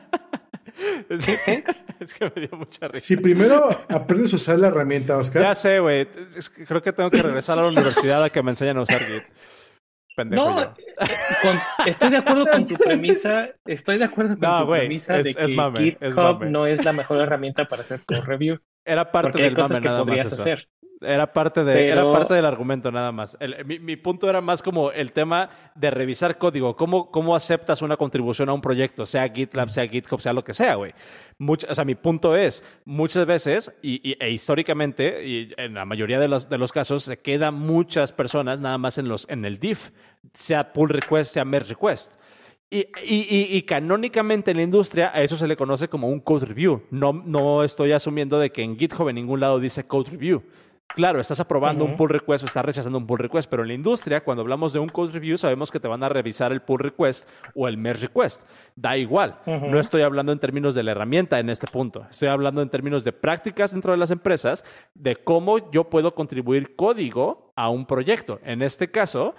Es que me dio mucha risa. Si primero aprendes a usar la herramienta, Oscar. Ya sé, güey. Creo que tengo que regresar a la universidad a que me enseñen a usar Git. Pendejo No, yo. estoy de acuerdo con tu premisa. Estoy de acuerdo con tu premisa de que mame, es GitHub mame. no es la mejor herramienta para hacer code review. Era parte Porque hay del cosas mame que nada más podrías eso. hacer. Era parte del argumento nada más. Mi punto era más como el tema de revisar código. ¿Cómo aceptas una contribución a un proyecto? Sea GitLab, sea GitHub, sea lo que sea, güey. O sea, mi punto es, muchas veces, e históricamente, y en la mayoría de los casos, se quedan muchas personas nada más en el diff. Sea pull request, sea merge request. Y canónicamente en la industria a eso se le conoce como un code review. No estoy asumiendo de que en GitHub en ningún lado dice code review. Claro, estás aprobando un pull request o estás rechazando un pull request, pero en la industria, cuando hablamos de un code review, sabemos que te van a revisar el pull request o el merge request. Da igual. No estoy hablando en términos de la herramienta en este punto. Estoy hablando en términos de prácticas dentro de las empresas, de cómo yo puedo contribuir código a un proyecto. En este caso,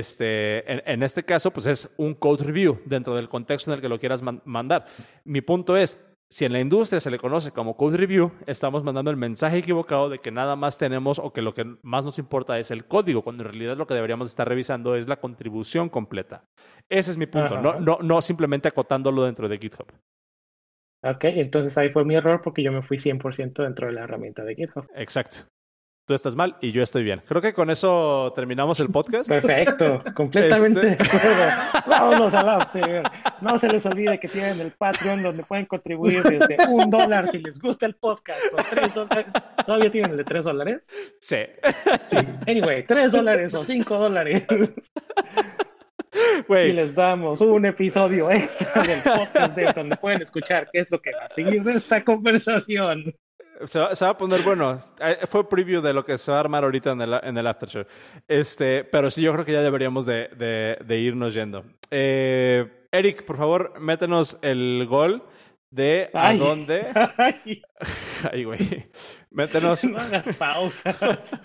pues es un code review dentro del contexto en el que lo quieras mandar. Mi punto es, si en la industria se le conoce como code review, estamos mandando el mensaje equivocado de que nada más tenemos o que lo que más nos importa es el código, cuando en realidad lo que deberíamos estar revisando es la contribución completa. Ese es mi punto, no simplemente acotándolo dentro de GitHub. Ok, entonces ahí fue mi error porque yo me fui 100% dentro de la herramienta de GitHub. Exacto. Tú estás mal y yo estoy bien. Creo que con eso terminamos el podcast. Perfecto, completamente de acuerdo. Vámonos al after. No se les olvide que tienen el Patreon donde pueden contribuir desde $1 si les gusta el podcast o $3. ¿Todavía tienen el de $3? Sí. Anyway, $3 o $5. Y Güey, les damos un episodio extra del podcast de donde pueden escuchar qué es lo que va a seguir de esta conversación. se va a poner bueno. Fue preview de lo que se va a armar ahorita en el after show. Pero sí, yo creo que ya deberíamos de irnos yendo. Eric, por favor, métenos el gol de a Ay, dónde. ay, Ay, güey. Métenos. no hagas pausas.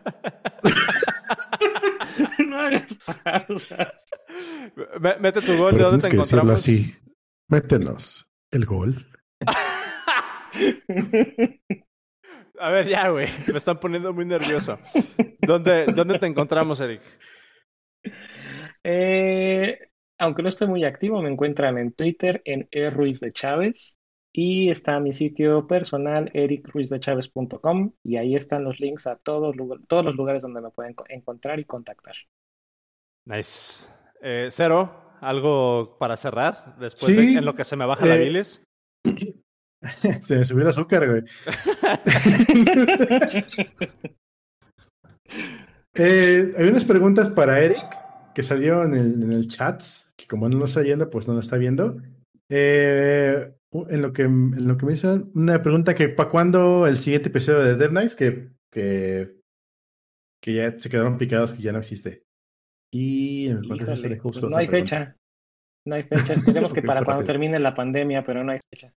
No hagas pausas. Mete tu gol de Pero dónde tienes te que decirlo encontramos. así. Métenos el gol. A ver, ya, güey. Me están poniendo muy nervioso. ¿Dónde te encontramos, Eric? Aunque no estoy muy activo, me encuentran en Twitter en Ruiz de Chávez y está mi sitio personal ericruizdechavez.com y ahí están los links a todos los lugares donde me pueden encontrar y contactar. Nice. Cero, ¿algo para cerrar? Después Sí, en lo que se me baja la bilis. Se me subió el azúcar, güey. Hay unas preguntas para Eric que salió en el chat, que como no lo está viendo, pues no lo está viendo. En lo que me hizo una pregunta que ¿para cuándo el siguiente episodio de Dead Knights? Que ya se quedaron picados, que ya no existe. Y me contesta Híjole, de justo pues no otra hay pregunta. fecha. No hay fecha. Esperemos que Ok, para fue cuando rápido. termine la pandemia, pero no hay fecha.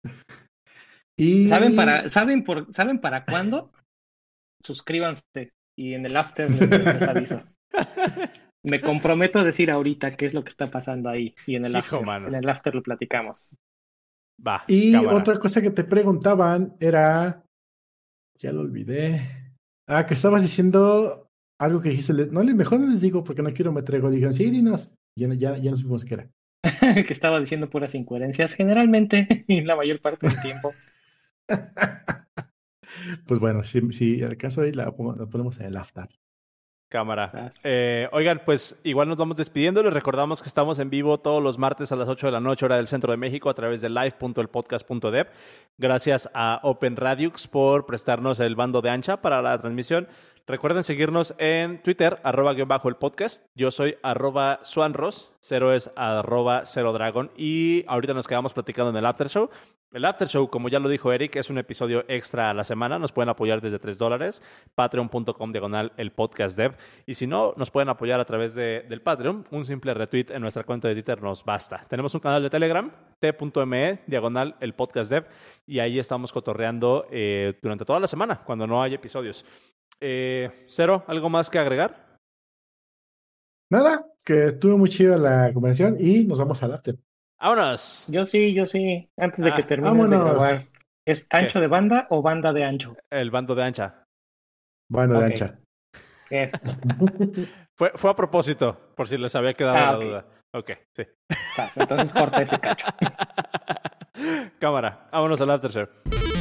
Y ¿Saben para cuándo? Suscríbanse y en el after les aviso. Me comprometo a decir ahorita qué es lo que está pasando ahí y Hijo, mano. en el after lo platicamos. Va, Y cámara. otra cosa que te preguntaban era, ya lo olvidé. Que estabas diciendo algo que dijiste, no, mejor no les digo porque no quiero meter ego. Dijeron, sí, dinos. Ya no supimos qué era. Que estaba diciendo puras incoherencias generalmente y la mayor parte del tiempo. Pues bueno, si al caso ahí la ponemos en el after. Cámara. Sas. Oigan, pues igual nos vamos despidiendo. Les recordamos que estamos en vivo todos los martes a las 8 de la noche, hora del Centro de México, a través de live.elpodcast.dev. Gracias a Open Radiux por prestarnos el bando de ancha para la transmisión. Recuerden seguirnos en Twitter, @el podcast. Yo soy @Swanros, Cero es @CeroDragon. Y ahorita nos quedamos platicando en el After Show. El After Show, como ya lo dijo Eric, es un episodio extra a la semana. Nos pueden apoyar desde $3, patreon.com/el podcast dev. Y si no, nos pueden apoyar a través del Patreon. Un simple retweet en nuestra cuenta de Twitter nos basta. Tenemos un canal de Telegram, t.me/el podcast dev. Y ahí estamos cotorreando durante toda la semana, cuando no hay episodios. Cero, ¿algo más que agregar? Nada, que estuvo muy chida la conversación y nos vamos al after. ¡Vámonos! Yo sí. Antes de que termines vámonos. de grabar, ¿es ancho ¿Qué? de banda o banda de ancho? El bando de ancha. Bueno, de Ok. ancha. Eso. Fue a propósito, por si les había quedado la Ok. duda. Ok, sí. Entonces corta ese cacho. Cámara, vámonos al after show.